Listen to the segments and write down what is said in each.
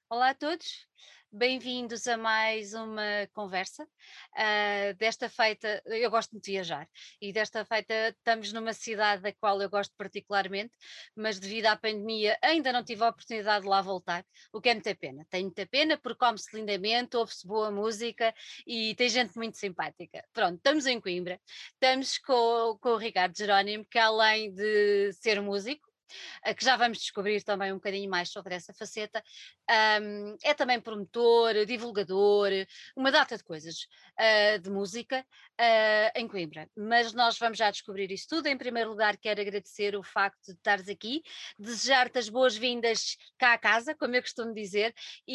Olá a todos, bem-vindos a mais uma conversa. Desta feita, eu gosto muito de viajar e desta feita estamos numa cidade da qual eu gosto particularmente, mas devido à pandemia ainda não tive a oportunidade de lá voltar, o que é muita pena. Tenho muita pena porque come-se lindamente, ouve-se boa música e tem gente muito simpática. Pronto, estamos em Coimbra, estamos com o Ricardo Jerónimo, que além de ser músico, que já vamos descobrir também um bocadinho mais sobre essa faceta. É também promotor, divulgador, uma data de coisas de música em Coimbra. Mas nós vamos já descobrir isso tudo. Em primeiro lugar, quero agradecer o facto de estares aqui, desejar-te as boas-vindas cá à casa, como eu costumo dizer,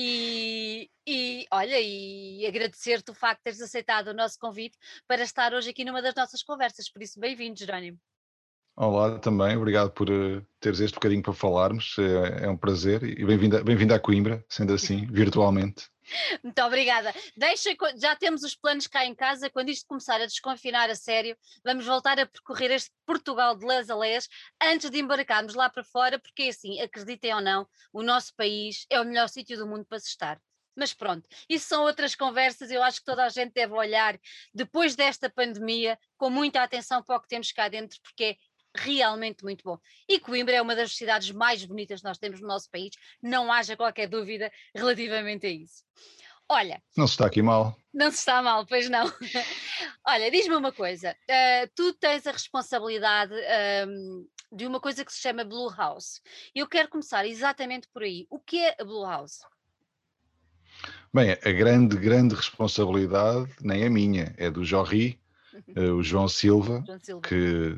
e olha, e agradecer-te o facto de teres aceitado o nosso convite para estar hoje aqui numa das nossas conversas. Por isso, bem-vindo, Jerónimo. Olá também, obrigado por teres este bocadinho para falarmos, é um prazer e bem-vinda a Coimbra, sendo assim, virtualmente. Muito obrigada. Já temos os planos cá em casa. Quando isto começar a desconfinar a sério, vamos voltar a percorrer este Portugal de les a les antes de embarcarmos lá para fora, porque assim, acreditem ou não, o nosso país é o melhor sítio do mundo para se estar. Mas pronto, isso são outras conversas. Eu acho que toda a gente deve olhar, depois desta pandemia, com muita atenção para o que temos cá dentro, porque é realmente muito bom. E Coimbra é uma das cidades mais bonitas que nós temos no nosso país, não haja qualquer dúvida relativamente a isso. Olha, Não se está aqui mal. não se está mal, pois não. Olha, diz-me uma coisa, tu tens a responsabilidade, de uma coisa que se chama Blue House. Eu quero começar exatamente por aí. O que é a Blue House? Bem, a grande responsabilidade nem é minha, é do Jorri, o João Silva, João Silva. que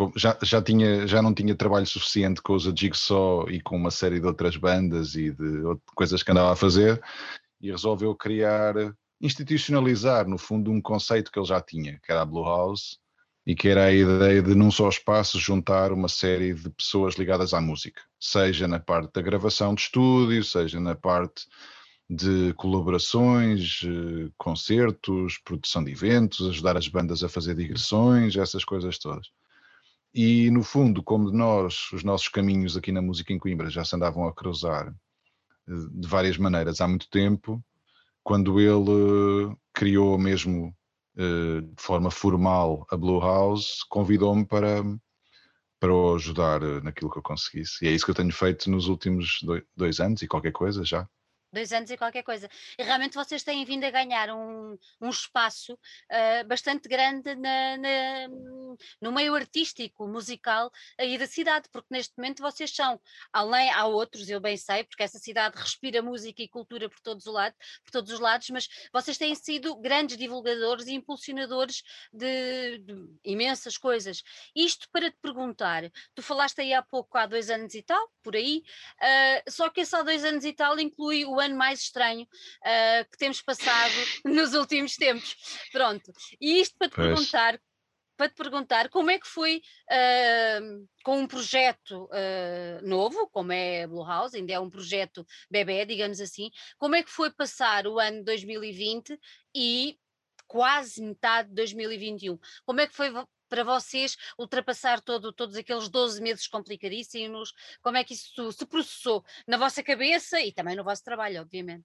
já não tinha trabalho suficiente com os A Jigsaw e com uma série de outras bandas e de coisas que andava a fazer, e resolveu criar, institucionalizar, no fundo, um conceito que ele já tinha, que era a Blue House, e que era a ideia de, num só espaço, juntar uma série de pessoas ligadas à música, seja na parte da gravação de estúdio, seja na parte de colaborações, concertos, produção de eventos, ajudar as bandas a fazer digressões, essas coisas todas. E, no fundo, como os nossos caminhos aqui na música em Coimbra já se andavam a cruzar de várias maneiras há muito tempo, quando ele criou mesmo de forma formal a Blue House, convidou-me para o ajudar naquilo que eu conseguisse. E é isso que eu tenho feito nos últimos 2 anos e qualquer coisa já. 2 anos e qualquer coisa. E realmente vocês têm vindo a ganhar um espaço, bastante grande no meio artístico, musical aí da cidade, porque neste momento vocês são, além há outros, eu bem sei, porque essa cidade respira música e cultura por todos os lados, mas vocês têm sido grandes divulgadores e impulsionadores de imensas coisas. Isto para te perguntar, tu falaste aí há pouco, há 2 anos e tal, por aí, só que esse há 2 anos e tal inclui o ano mais estranho, que temos passado nos últimos tempos. Pronto. E isto Pois. para te perguntar como é que foi, com um projeto, novo, como é a Blue House, ainda é um projeto bebé, digamos assim, como é que foi passar o ano 2020 e quase metade de 2021? Como é que foi para vocês ultrapassar todos aqueles 12 meses complicadíssimos? Como é que isso se processou na vossa cabeça e também no vosso trabalho, obviamente?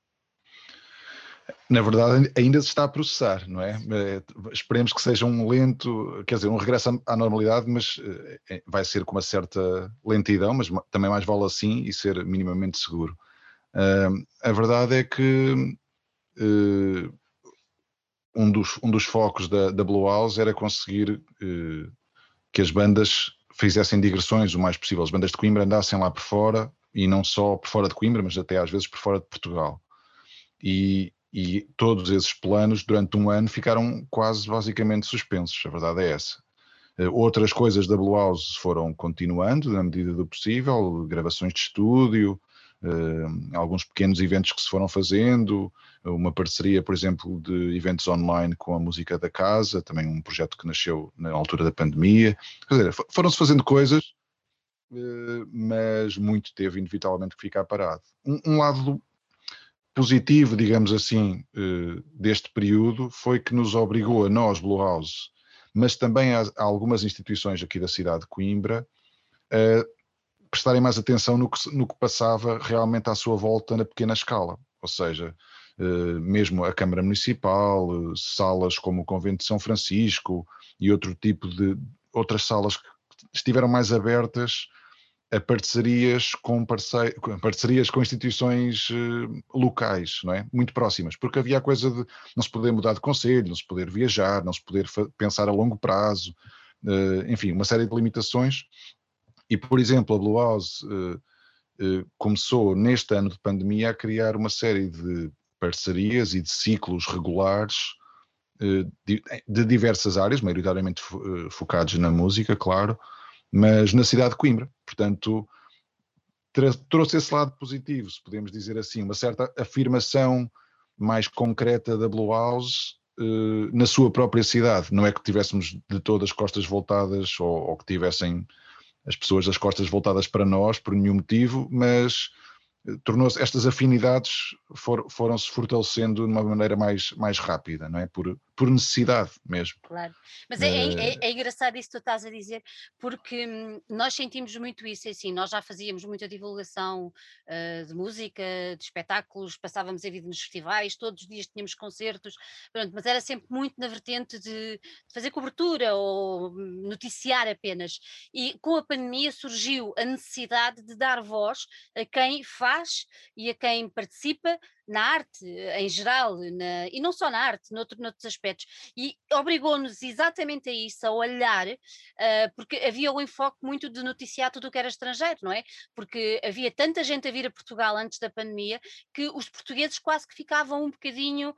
Na verdade, ainda se está a processar, não é? Esperemos que seja um lento, quer dizer, um regresso à normalidade, mas vai ser com uma certa lentidão, mas também mais vale assim e ser minimamente seguro. A verdade é que eh, um dos focos da Blue House era conseguir que as bandas fizessem digressões o mais possível. As bandas de Coimbra andassem lá por fora, e não só por fora de Coimbra, mas até às vezes por fora de Portugal. E todos esses planos, durante um ano, ficaram quase basicamente suspensos, a verdade é essa. Outras coisas da Blue House foram continuando, na medida do possível, gravações de estúdio, alguns pequenos eventos que se foram fazendo, uma parceria, por exemplo, de eventos online com a Música da Casa, também um projeto que nasceu na altura da pandemia. Quer dizer, foram-se fazendo coisas, mas muito teve inevitavelmente que ficar parado. Um lado positivo, digamos assim, deste período foi que nos obrigou a nós, Blue House, mas também a algumas instituições aqui da cidade de Coimbra, a prestarem mais atenção no que passava realmente à sua volta na pequena escala, ou seja, mesmo a Câmara Municipal, salas como o Convento de São Francisco e outro tipo de outras salas que estiveram mais abertas a parcerias com instituições locais, não é? Muito próximas, porque havia a coisa de não se poder mudar de concelho, não se poder viajar, não se poder pensar a longo prazo, enfim, uma série de limitações. E, por exemplo, a Blue House começou neste ano de pandemia a criar uma série de parcerias e de ciclos regulares de diversas áreas, maioritariamente focados na música, claro, mas na cidade de Coimbra. Portanto, trouxe esse lado positivo, se podemos dizer assim, uma certa afirmação mais concreta da Blue House na sua própria cidade. Não é que tivéssemos de todas as costas voltadas ou que tivessem as pessoas das costas voltadas para nós por nenhum motivo, mas tornou-se, estas afinidades foram-se fortalecendo de uma maneira mais rápida, não é? Por necessidade mesmo. Claro, mas Uh, é engraçado isso que tu estás a dizer, porque nós sentimos muito isso, é assim, nós já fazíamos muita divulgação de música, de espetáculos, passávamos a vida nos festivais, todos os dias tínhamos concertos, pronto, mas era sempre muito na vertente de fazer cobertura ou noticiar apenas. E com a pandemia surgiu a necessidade de dar voz a quem faz e a quem participa na arte em geral, e não só na arte, noutros aspectos. E obrigou-nos exatamente a isso, a olhar, porque havia o enfoque muito de noticiar tudo o que era estrangeiro, não é? Porque havia tanta gente a vir a Portugal antes da pandemia que os portugueses quase que ficavam um bocadinho,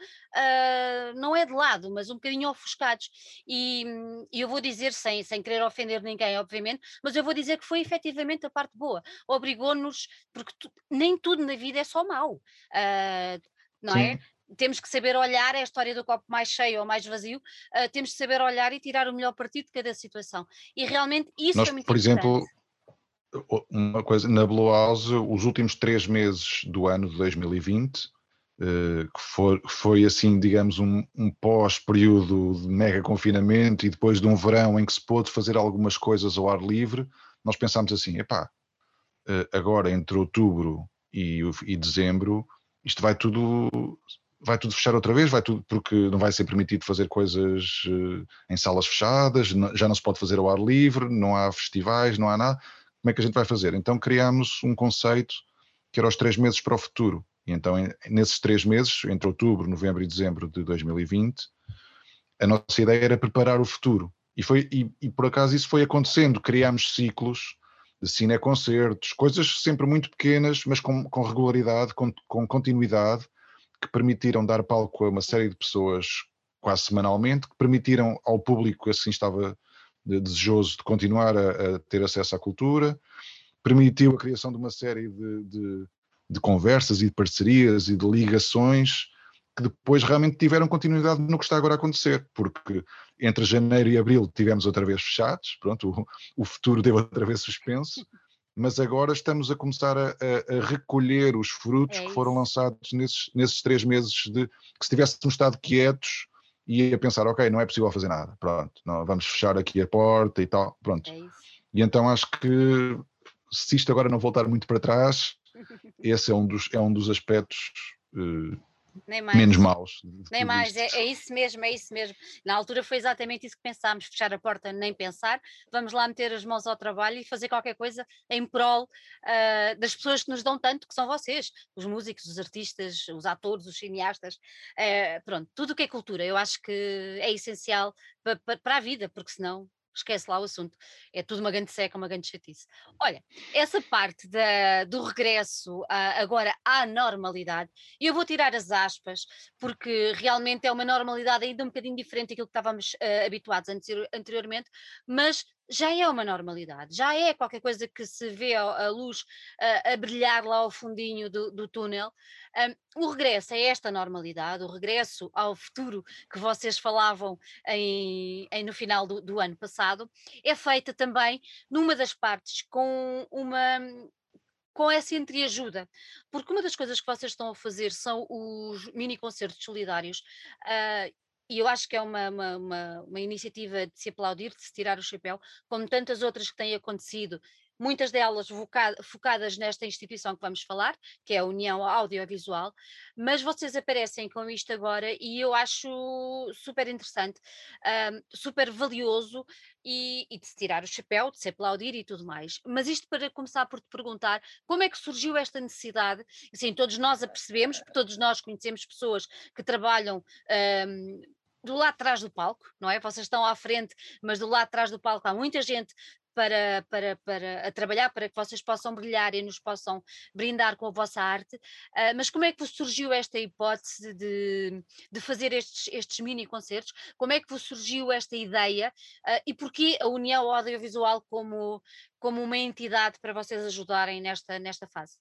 não é de lado, mas um bocadinho ofuscados. E eu vou dizer, sem querer ofender ninguém, obviamente, mas eu vou dizer que foi efetivamente a parte boa. Obrigou-nos, porque nem tudo na vida é só mau. Não é? sim, Temos que saber olhar, é a história do copo mais cheio ou mais vazio, temos que saber olhar e tirar o melhor partido de cada situação. E realmente isso nós, foi muito por importante. exemplo, uma coisa, na Blue House, os últimos 3 meses do ano de 2020, que foi assim, digamos, um pós-período de mega confinamento e depois de um verão em que se pôde fazer algumas coisas ao ar livre, nós pensámos assim, epá, agora entre outubro e dezembro, isto vai tudo fechar outra vez, vai tudo, porque não vai ser permitido fazer coisas em salas fechadas, já não se pode fazer ao ar livre, não há festivais, não há nada. Como é que a gente vai fazer? Então criámos um conceito que era os 3 meses para o futuro. E então, nesses 3 meses, entre outubro, novembro e dezembro de 2020, a nossa ideia era preparar o futuro. E por acaso isso foi acontecendo. Criámos ciclos de cineconcertos, coisas sempre muito pequenas, mas com regularidade, com continuidade, que permitiram dar palco a uma série de pessoas quase semanalmente, que permitiram ao público que assim estava desejoso de continuar a ter acesso à cultura, permitiu a criação de uma série de conversas e de parcerias e de ligações que depois realmente tiveram continuidade no que está agora a acontecer, porque entre janeiro e abril tivemos outra vez fechados, pronto, o futuro deu outra vez suspenso, mas agora estamos a começar a recolher os frutos É que foram isso, lançados nesses 3 meses que se tivéssemos estado quietos e a pensar, ok, não é possível fazer nada, pronto, não, vamos fechar aqui a porta e tal, pronto. é isso. E então acho que se isto agora não voltar muito para trás, esse é um dos aspectos Nem menos mais. maus de Nem tudo mais, isto. é isso mesmo, é isso mesmo. Na altura foi exatamente isso que pensámos, fechar a porta, nem pensar, vamos lá meter as mãos ao trabalho e fazer qualquer coisa em prol das pessoas que nos dão tanto, que são vocês, os músicos, os artistas, os atores, os cineastas, pronto, tudo o que é cultura, eu acho que é essencial para a vida, porque senão esquece lá o assunto, é tudo uma grande seca, uma grande chatice. Olha, essa parte do regresso agora à normalidade, e eu vou tirar as aspas, porque realmente é uma normalidade ainda um bocadinho diferente daquilo que estávamos habituados anteriormente, mas já é uma normalidade, já é qualquer coisa que se vê a luz a brilhar lá ao fundinho do túnel. O regresso a esta normalidade, o regresso ao futuro que vocês falavam no final do ano passado, é feita também numa das partes com essa entreajuda, porque uma das coisas que vocês estão a fazer são os mini concertos solidários, ah, e eu acho que é uma iniciativa de se aplaudir, de se tirar o chapéu, como tantas outras que têm acontecido, muitas delas focadas nesta instituição que vamos falar, que é a União Audiovisual, mas vocês aparecem com isto agora e eu acho super interessante, super valioso e de se tirar o chapéu, de se aplaudir e tudo mais. Mas isto para começar por te perguntar, como é que surgiu esta necessidade? Assim, todos nós apercebemos, todos nós conhecemos pessoas que trabalham do lado de trás do palco, não é? Vocês estão à frente, mas do lado de trás do palco há muita gente para a trabalhar para que vocês possam brilhar e nos possam brindar com a vossa arte. Mas como é que vos surgiu esta hipótese de fazer estes mini concertos? Como é que vos surgiu esta ideia? E porquê a União Audiovisual como uma entidade para vocês ajudarem nesta fase?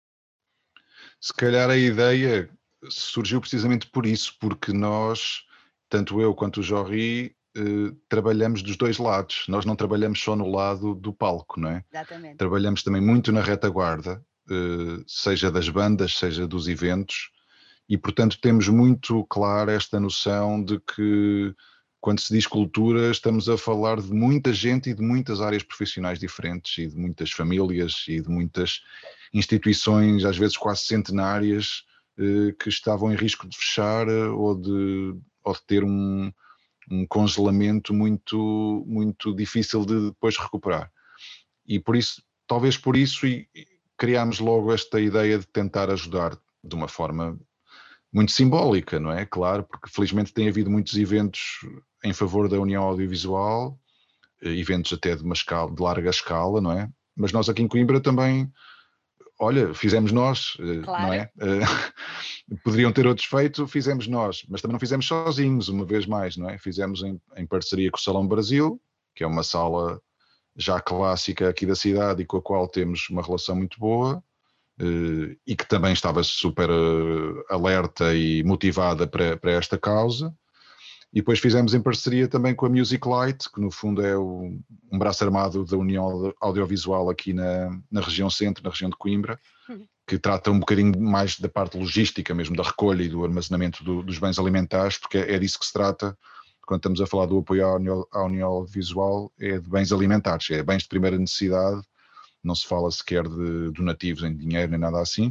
Se calhar a ideia surgiu precisamente por isso, porque nós, tanto eu quanto o Jorri, trabalhamos dos dois lados. Nós não trabalhamos só no lado do palco, não é? Exatamente. Trabalhamos também muito na retaguarda, seja das bandas, seja dos eventos, e portanto temos muito clara esta noção de que quando se diz cultura estamos a falar de muita gente e de muitas áreas profissionais diferentes e de muitas famílias e de muitas instituições, às vezes quase centenárias, que estavam em risco de fechar ou de ter um congelamento muito, muito difícil de depois recuperar. E por isso, talvez por isso, criámos logo esta ideia de tentar ajudar de uma forma muito simbólica, não é? Claro, porque felizmente tem havido muitos eventos em favor da União Audiovisual, eventos até de larga escala, não é? Mas nós aqui em Coimbra também, olha, fizemos nós, não Claro. é? Poderiam ter outros feito, fizemos nós, mas também não fizemos sozinhos, uma vez mais, não é? Fizemos em parceria com o Salão Brasil, que é uma sala já clássica aqui da cidade e com a qual temos uma relação muito boa, e que também estava super alerta e motivada para esta causa. E depois fizemos em parceria também com a Music Light, que no fundo é um braço armado da União Audiovisual aqui na região centro, na região de Coimbra, que trata um bocadinho mais da parte logística mesmo, da recolha e do armazenamento dos bens alimentares, porque é disso que se trata quando estamos a falar do apoio à União Audiovisual, é de bens alimentares, é bens de primeira necessidade, não se fala sequer de donativos em dinheiro nem nada assim,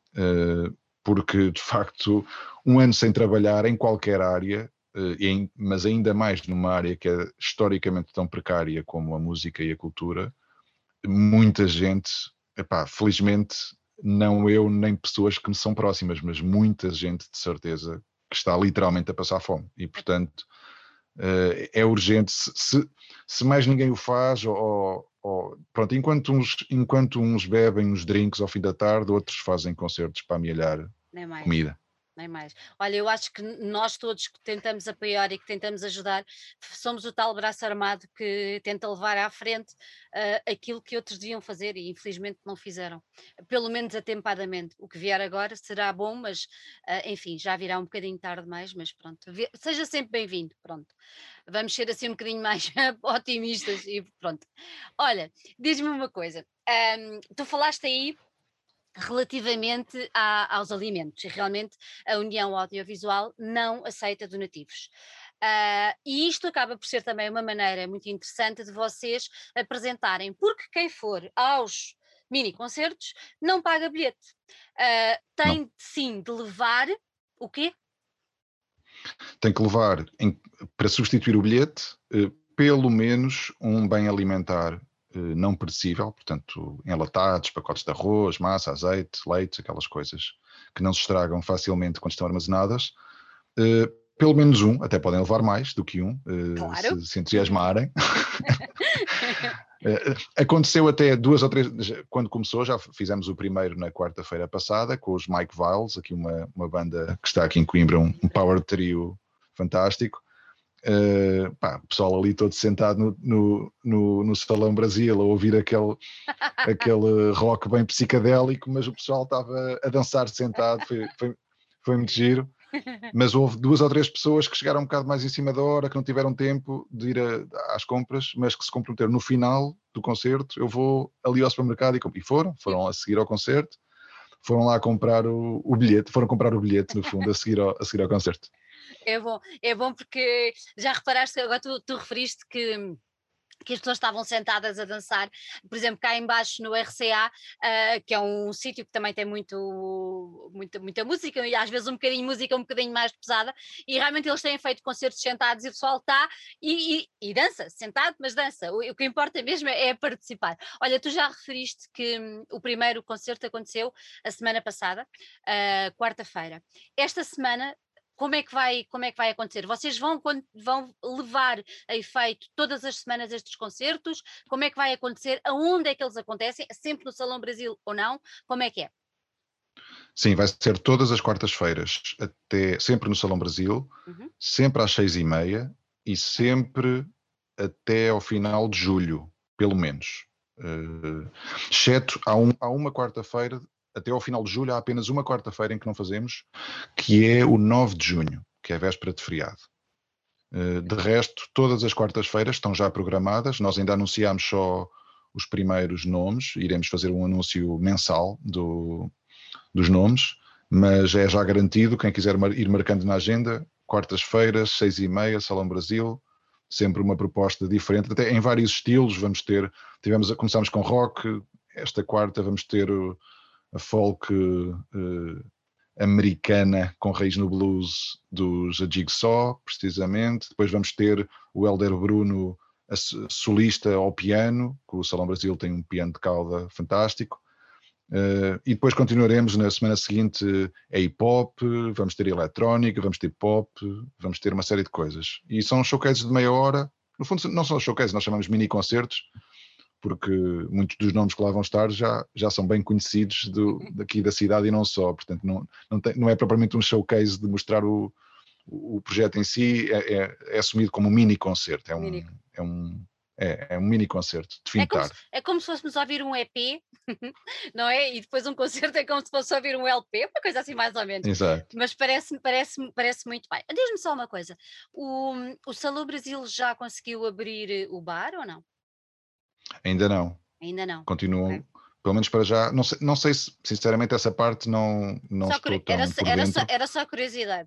porque de facto um ano sem trabalhar em qualquer área, mas ainda mais numa área que é historicamente tão precária como a música e a cultura, muita gente, felizmente não eu nem pessoas que me são próximas, mas muita gente de certeza que está literalmente a passar fome e portanto é urgente, se mais ninguém o faz, pronto, enquanto uns bebem uns drinks ao fim da tarde, outros fazem concertos para amealhar Nem mais. comida. Nem mais. Olha, eu acho que nós todos que tentamos apoiar e que tentamos ajudar, somos o tal braço armado que tenta levar à frente aquilo que outros deviam fazer e infelizmente não fizeram. Pelo menos atempadamente. O que vier agora será bom, mas enfim, já virá um bocadinho tarde mais, mas pronto. Seja sempre bem-vindo, pronto. Vamos ser assim um bocadinho mais otimistas e pronto. Olha, diz-me uma coisa. Tu falaste aí relativamente aos alimentos, e realmente a União Audiovisual não aceita donativos. E isto acaba por ser também uma maneira muito interessante de vocês apresentarem, porque quem for aos mini concertos não paga bilhete. Não, Tem sim de levar o quê? tem que levar para substituir o bilhete pelo menos um bem alimentar não perecível, portanto enlatados, pacotes de arroz, massa, azeite, leite, aquelas coisas que não se estragam facilmente quando estão armazenadas. Pelo menos um, até podem levar mais do que um, Claro. se entusiasmarem. Aconteceu até 2 ou 3, quando começou, já fizemos o primeiro na quarta-feira passada, com os Mike Viles, aqui uma banda que está aqui em Coimbra, um power trio fantástico. O pessoal ali todo sentado no Salão Brasil a ouvir aquele rock bem psicadélico, mas o pessoal estava a dançar sentado, foi muito giro. Mas houve 2 ou 3 pessoas que chegaram um bocado mais em cima da hora, que não tiveram tempo de ir às compras, mas que se comprometeram no final do concerto, eu vou ali ao supermercado e foram a seguir ao concerto, foram lá comprar o bilhete, foram comprar o bilhete no fundo a seguir ao concerto. É bom porque já reparaste, agora tu referiste que que as pessoas estavam sentadas a dançar, por exemplo, cá embaixo no RCA, que é um sítio que também tem muita música e às vezes um bocadinho música um bocadinho mais pesada, e realmente eles têm feito concertos sentados e o pessoal está e dança, sentado, mas dança. O que importa mesmo é participar. Olha, tu já referiste que o primeiro concerto aconteceu a semana passada, quarta-feira. Esta semana como é que vai acontecer? Vocês vão levar a efeito todas as semanas estes concertos? Como é que vai acontecer? Aonde é que eles acontecem? É sempre no Salão Brasil ou não? Como é que é? Sim, vai ser todas as quartas-feiras, até sempre no Salão Brasil, Uhum, sempre às 6h30 e ok. sempre até ao final de julho, pelo menos. Exceto há uma quarta-feira, até ao final de julho, há apenas uma quarta-feira em que não fazemos, que é o 9 de junho, que é a véspera de feriado. De resto, todas as quartas-feiras estão já programadas. Nós ainda anunciámos só os primeiros nomes, iremos fazer um anúncio mensal dos nomes, mas é já garantido. Quem quiser ir marcando na agenda, quartas-feiras, 6h30, Salão Brasil, sempre uma proposta diferente, até em vários estilos. Começámos com rock, esta quarta vamos ter a folk americana com raiz no blues dos A Jigsaw, precisamente. Depois vamos ter o Hélder Bruno, a solista ao piano, que o Salão Brasil tem um piano de cauda fantástico. E depois continuaremos na semana seguinte a hip-hop, vamos ter eletrónica, vamos ter pop, vamos ter uma série de coisas. E são showcases de meia hora. No fundo não são showcases, nós chamamos mini concertos, porque muitos dos nomes que lá vão estar já são bem conhecidos daqui da cidade e não só. Portanto, não é propriamente um showcase de mostrar o projeto em si, é assumido como um mini concerto, Mini. é um mini concerto de fim É de como, se, tarde. é como se fôssemos ouvir um EP, não é? E depois um concerto é como se fosse ouvir um LP, uma coisa assim mais ou menos. Exato. Mas parece muito bem. Diz-me só uma coisa: o Salão Brasil já conseguiu abrir o bar ou não? Ainda não. Ainda não. Ok. Continuam, pelo menos para já. Não sei se, sinceramente, essa parte não Só, estou era, tão por era, só, dentro. era só curiosidade.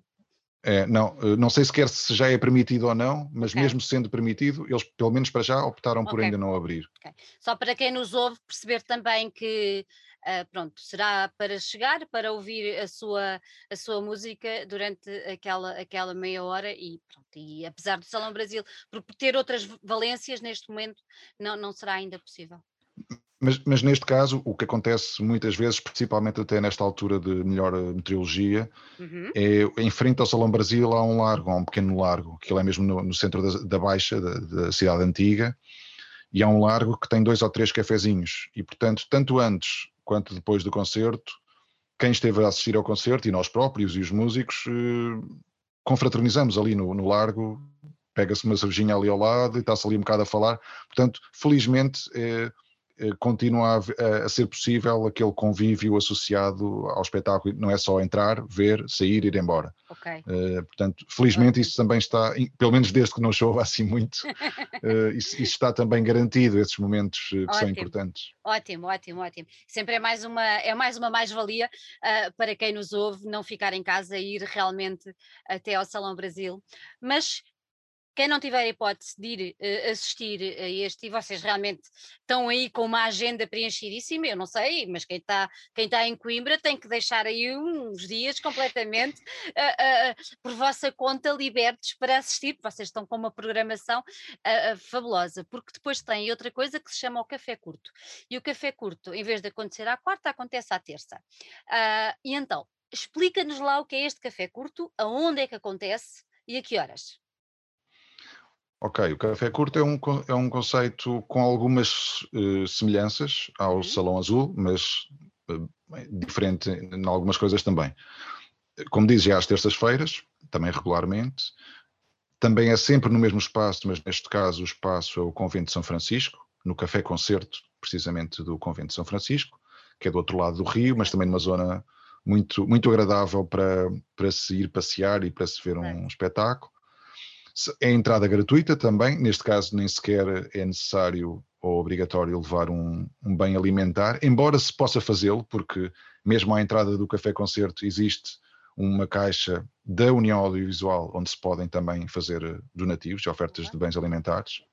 Não sei sequer se já é permitido ou não, mas Ok, mesmo sendo permitido, eles, pelo menos para já, optaram por ok. ainda não abrir. Ok. Só para quem nos ouve perceber também que, pronto, será para chegar, para ouvir a sua música durante aquela meia hora e pronto. E apesar do Salão Brasil por ter outras valências, neste momento não será ainda possível. Mas neste caso, o que acontece muitas vezes, principalmente até nesta altura de melhor meteorologia, Uhum. em frente ao Salão Brasil há um largo, há um pequeno largo, que ele é mesmo no centro da Baixa, da cidade antiga, e há um largo que tem 2 ou 3 cafezinhos. E, portanto, tanto antes quanto depois do concerto, quem esteve a assistir ao concerto, e nós próprios e os músicos, confraternizamos ali no largo, pega-se uma cervejinha ali ao lado e está-se ali um bocado a falar. Portanto, felizmente, continua a ser possível aquele convívio associado ao espetáculo. Não é só entrar, ver, sair, ir embora. Ok, Portanto, felizmente ótimo. isso também está, pelo menos desde que não chova assim muito, isso está também garantido, esses momentos que são Ótimo. importantes. Ótimo, ótimo, ótimo. Sempre é mais uma mais-valia, para quem nos ouve não ficar em casa e ir realmente até ao Salão Brasil. Mas quem não tiver a hipótese de ir assistir a este, e vocês realmente estão aí com uma agenda preenchidíssima, eu não sei, mas quem tá em Coimbra tem que deixar aí uns dias completamente por vossa conta libertos para assistir, porque vocês estão com uma programação fabulosa, porque depois tem outra coisa que se chama o café curto. E o café curto, em vez de acontecer à quarta, acontece à terça. E então, explica-nos lá o que é este café curto, aonde é que acontece e a que horas? Ok, o café curto é um conceito com algumas semelhanças ao Uhum. Salão Azul, mas diferente em algumas coisas também. Como dizes, é às terças-feiras, também regularmente. Também é sempre no mesmo espaço, mas neste caso o espaço é o Convento de São Francisco, no Café Concerto, precisamente do Convento de São Francisco, que é do outro lado do rio, mas Ok, também numa zona muito agradável para se ir passear e para se ver claro. um espetáculo. É entrada gratuita também, neste caso nem sequer é necessário ou obrigatório levar um bem alimentar, embora se possa fazê-lo, porque mesmo à entrada do Café Concerto existe uma caixa da União Audiovisual onde se podem também fazer donativos e ofertas Boa. de bens alimentares.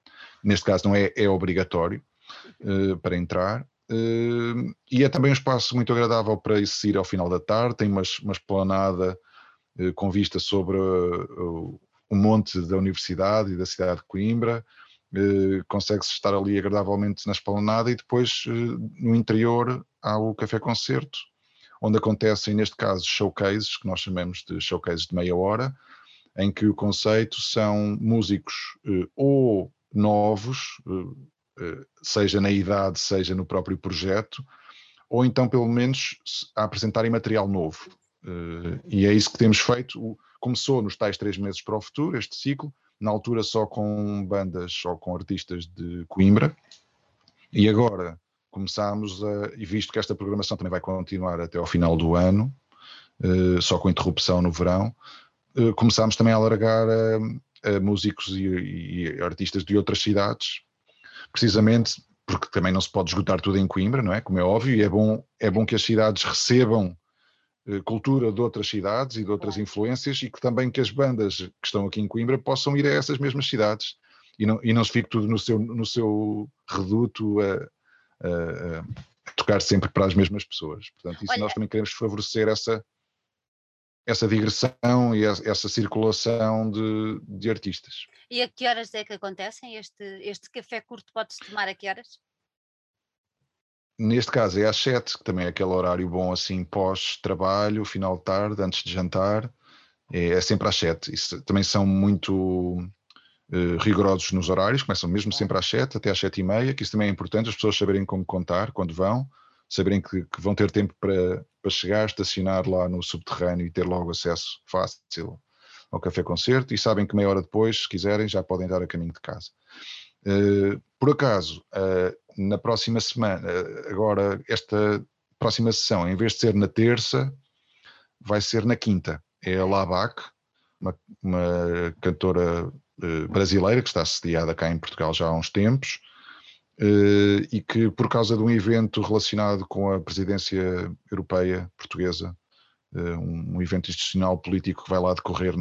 neste caso não é obrigatório para entrar. E é também um espaço muito agradável para isso ir ao final da tarde, tem uma esplanada com vista sobre o monte da Universidade e da cidade de Coimbra, consegue-se estar ali agradavelmente na esplanada e depois no interior há o café-concerto, onde acontecem, neste caso, showcases, que nós chamamos de showcases de meia hora, em que o conceito são músicos ou novos, seja na idade, seja no próprio projeto, ou então pelo menos a apresentarem material novo. E é isso que temos feito. Começou nos tais 3 meses para o futuro, este ciclo, na altura só com bandas ou com artistas de Coimbra, e agora começámos e visto que esta programação também vai continuar até ao final do ano, só com interrupção no verão, começámos também a alargar a músicos e artistas de outras cidades, precisamente porque também não se pode esgotar tudo em Coimbra, não é? Como é óbvio, e é bom que as cidades recebam cultura de outras cidades e de outras influências, e que também que as bandas que estão aqui em Coimbra possam ir a essas mesmas cidades e não se fique tudo no seu reduto a tocar sempre para as mesmas pessoas. Portanto, isso nós também queremos favorecer essa digressão e essa circulação de artistas. E a que horas é que acontecem? Este café curto pode-se tomar a que horas? Neste caso é às 7, que também é aquele horário bom assim pós-trabalho, final de tarde, antes de jantar, é sempre às 7. Isso também são muito rigorosos nos horários, começam mesmo sempre às 7, até às 7h30, que isso também é importante, as pessoas saberem como contar quando vão, saberem que vão ter tempo para chegar, estacionar lá no subterrâneo e ter logo acesso fácil ao café-concerto, e sabem que meia hora depois, se quiserem, já podem dar a caminho de casa. Por acaso, na próxima semana, agora esta próxima sessão, em vez de ser na terça, vai ser na quinta. É a Labac, uma cantora brasileira que está sediada cá em Portugal já há uns tempos, e que por causa de um evento relacionado com a presidência europeia portuguesa, um evento institucional político que vai lá decorrer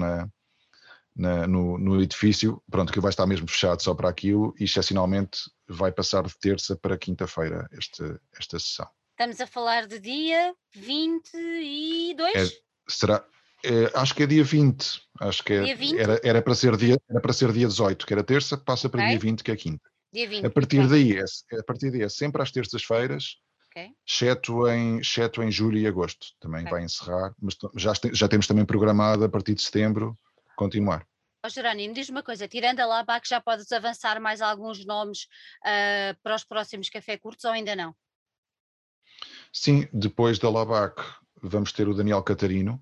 no edifício, pronto, que vai estar mesmo fechado só para aquilo, e excepcionalmente vai passar de terça para quinta-feira esta sessão. Estamos a falar de dia 22? Será? Acho que é dia 20. Acho que Dia 20? era para ser dia 18, que era terça, passa para dia 20, que é quinta. Dia 20, A partir daí é sempre às terças-feiras, okay. exceto em julho e agosto. Também vai encerrar, mas já temos também programado a partir de setembro continuar. Jerónimo, diz-me uma coisa, tirando a Labac, já podes avançar mais alguns nomes para os próximos café curtos ou ainda não? Sim, depois da Labac vamos ter o Daniel Catarino.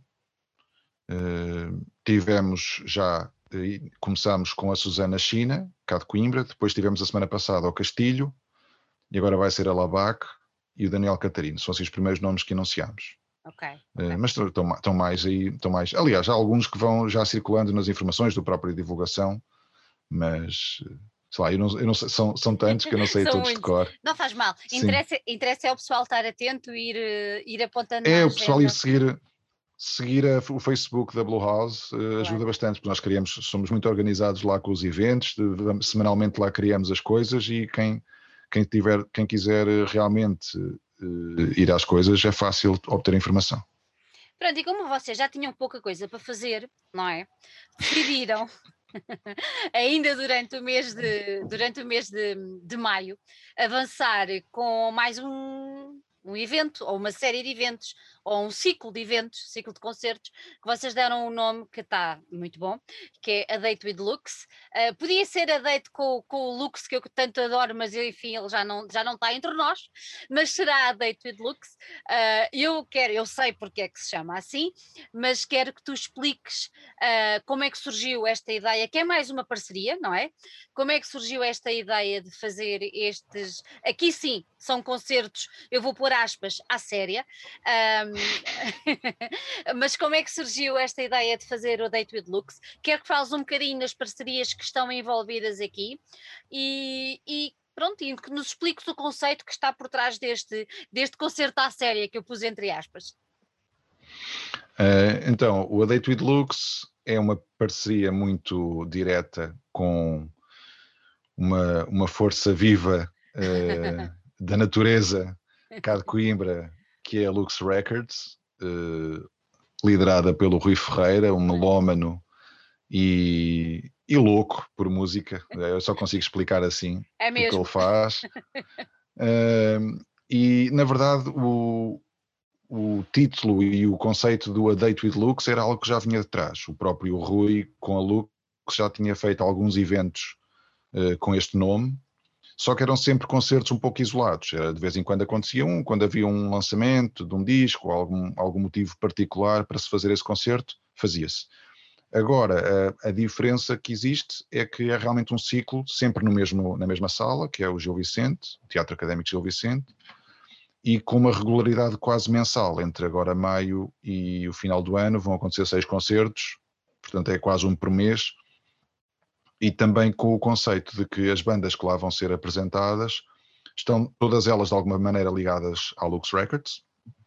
Começámos com a Susana China, cá de Coimbra, depois tivemos a semana passada ao Castilho, e agora vai ser a Labac e o Daniel Catarino. São assim os primeiros nomes que anunciamos. Okay. Mas estão mais aí, aliás, há alguns que vão já circulando nas informações do própria divulgação, mas sei lá, eu não sei, são tantos que eu não sei todos muitos. De cor. Não faz mal, interessa é o pessoal estar atento e ir apontando na agenda. O pessoal ir seguir o Facebook da Blue House ajuda bastante, porque nós somos muito organizados lá com os eventos, semanalmente lá criamos as coisas, e quem quiser realmente ir às coisas, é fácil obter informação. Pronto, e como vocês já tinham pouca coisa para fazer, não é? Decidiram, ainda durante o mês de maio, avançar com mais um evento, ou uma série de eventos, ou um ciclo de eventos, ciclo de concertos, que vocês deram um nome que está muito bom, que é A Date with Lux. Podia ser a date com o Lux, que eu tanto adoro, mas enfim, ele já não está entre nós, mas será A Date with Lux. Eu sei porque é que se chama assim, mas quero que tu expliques como é que surgiu esta ideia, que é mais uma parceria, não é? Como é que surgiu esta ideia de fazer aqui sim, são concertos, eu vou pôr aspas, à séria, mas como é que surgiu esta ideia de fazer o Date with Lux? Quero que fales um bocadinho das parcerias que estão envolvidas aqui e pronto, e que nos expliques o conceito que está por trás deste concerto à séria que eu pus entre aspas. Então, o A Date with Lux é uma parceria muito direta com uma força viva da natureza cá de Coimbra, que é a Lux Records, liderada pelo Rui Ferreira, um melómano e louco por música. Eu só consigo explicar assim É o que ele mesmo. faz. E, na verdade, o título e o conceito do A Date with Lux era algo que já vinha de trás. O próprio Rui, com a Lux, já tinha feito alguns eventos com este nome, só que eram sempre concertos um pouco isolados. De vez em quando acontecia quando havia um lançamento de um disco, ou algum motivo particular para se fazer esse concerto, fazia-se. Agora, a diferença que existe é que é realmente um ciclo, sempre na mesma sala, que é o Gil Vicente, o Teatro Académico Gil Vicente, e com uma regularidade quase mensal. Entre agora maio e o final do ano vão acontecer 6 concertos, portanto é quase um por mês, e também com o conceito de que as bandas que lá vão ser apresentadas estão todas elas de alguma maneira ligadas à Lux Records,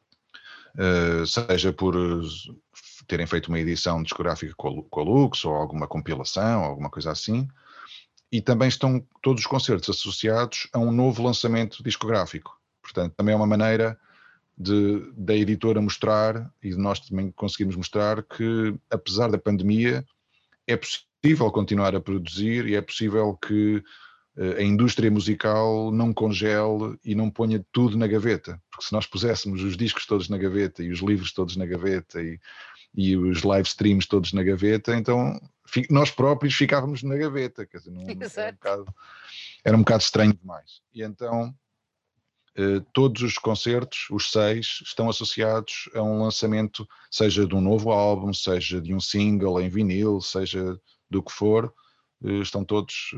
seja por terem feito uma edição discográfica com a Lux, ou alguma compilação, alguma coisa assim, e também estão todos os concertos associados a um novo lançamento discográfico. Portanto, também é uma maneira da editora mostrar, e de nós também conseguimos mostrar, que apesar da pandemia é possível continuar a produzir e é possível que a indústria musical não congele e não ponha tudo na gaveta, porque se nós puséssemos os discos todos na gaveta e os livros todos na gaveta e os live streams todos na gaveta, então nós próprios ficávamos na gaveta, quer dizer, Exato. era um bocado estranho demais. E então todos os concertos, os 6, estão associados a um lançamento, seja de um novo álbum, seja de um single em vinil, seja do que for, estão todos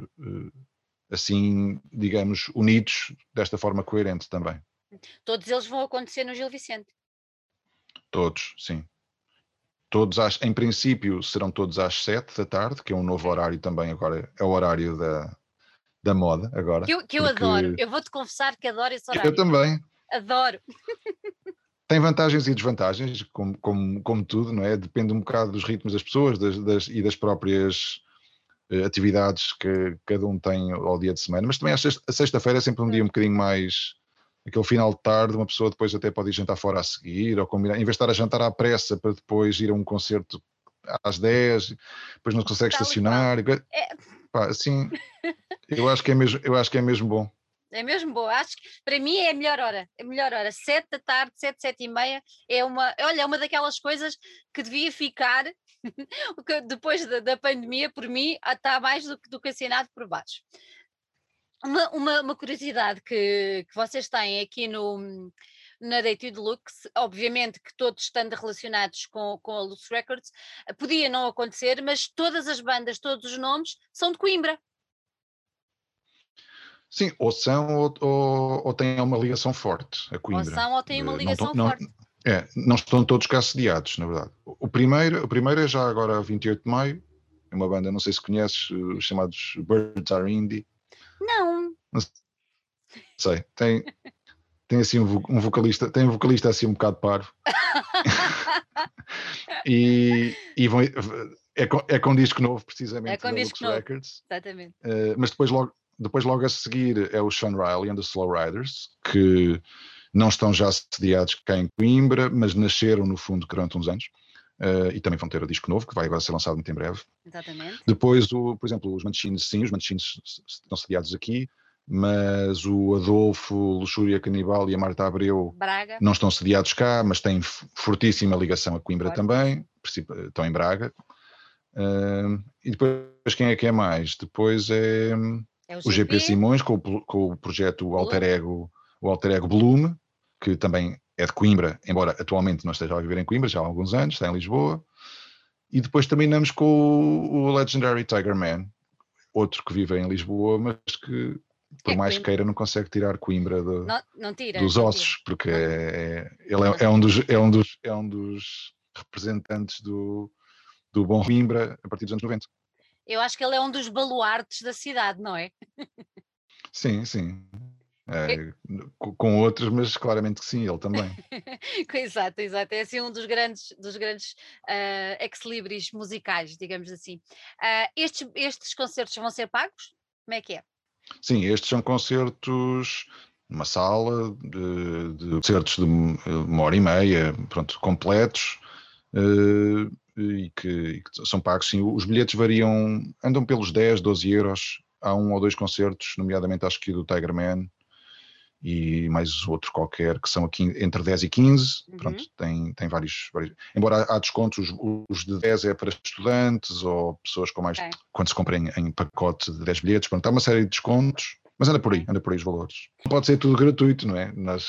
assim, digamos, unidos desta forma coerente também. Todos eles vão acontecer no Gil Vicente. Todos, sim. Todos em princípio serão todos às 7 da tarde, que é um novo horário também agora, é o horário da moda agora. Que eu adoro. Eu vou-te confessar que adoro esse Eu horário. também. Adoro. Tem vantagens e desvantagens, como tudo, não é? Depende um bocado dos ritmos das pessoas e das próprias atividades que cada um tem ao dia de semana, mas também a sexta-feira é sempre um dia um bocadinho mais, aquele final de tarde, uma pessoa depois até pode ir jantar fora a seguir, ou combinar, em vez de estar a jantar à pressa para depois ir a um concerto às 10, depois não consegue Tal e qual. estacionar, É, pá, assim, eu acho que é mesmo bom. é mesmo boa. Acho que para mim é a melhor hora. É a melhor hora. 7 da tarde, 7, 7 e meia. Olha, é uma daquelas coisas que devia ficar depois da pandemia, por mim, está mais do que assinado por baixo. Uma curiosidade que vocês têm aqui na Date with Lux, obviamente que todos estando relacionados com a Lux Records, podia não acontecer, mas todas as bandas, todos os nomes são de Coimbra. Sim, ou são ou têm uma ligação forte a Ou Coimbra. são ou têm uma Não, ligação forte. não estão todos cá sediados, na verdade. O primeiro é já agora 28 de maio, é uma banda, não sei se conheces, os chamados Birds Are Indie. Não. Não sei, tem assim um vocalista, tem um vocalista assim um bocado parvo. E é com disco novo, É precisamente, com da disco Lux novo. Records. Exatamente. Mas depois logo a seguir é o Sean Riley and the Slow Riders, que não estão já sediados cá em Coimbra, mas nasceram no fundo durante uns anos. E também vão ter o disco novo, que vai agora ser lançado muito em breve. Exatamente. Depois, por exemplo, os Manchinhos, sim, os Manchinhos estão sediados aqui, mas o Adolfo, o Luxúria Canibal e a Marta Abreu Braga. não estão sediados cá, mas têm fortíssima ligação a Coimbra também, estão em Braga. E depois quem é que é mais? Depois é É o o GP GP. Simões com o projeto Bloom. o Alter Ego Bloom, que também é de Coimbra, embora atualmente não esteja a viver em Coimbra já há alguns anos, está em Lisboa. E depois terminamos com o Legendary Tiger Man, outro que vive em Lisboa, mas que por É mais Coimbra. queira não consegue tirar Coimbra Não, não tira, dos não tira. ossos, porque Não, ele não. é um dos representantes do bom Coimbra a partir dos anos 90. Eu acho que ele é um dos baluartes da cidade, não é? Sim, sim. Com outros, mas claramente que sim, ele também. Exato, exato. É assim um dos grandes ex-libris musicais, digamos assim. Estes concertos vão ser pagos? Como é que é? Sim, estes são concertos numa sala de concertos de 1 hora e meia, pronto, completos, e que são pagos, sim. Os bilhetes variam, andam pelos 10, 12 euros. Há 1 ou 2 concertos, nomeadamente acho que do Tiger Man e mais outro qualquer, que são aqui entre 10 e 15. Pronto, Uhum. tem vários. Embora há descontos, os de 10 é para estudantes ou pessoas com mais, Ok, quando se compra em pacote de 10 bilhetes. Pronto, há uma série de descontos, mas ok. anda por aí os valores. Não pode ser tudo gratuito, não é?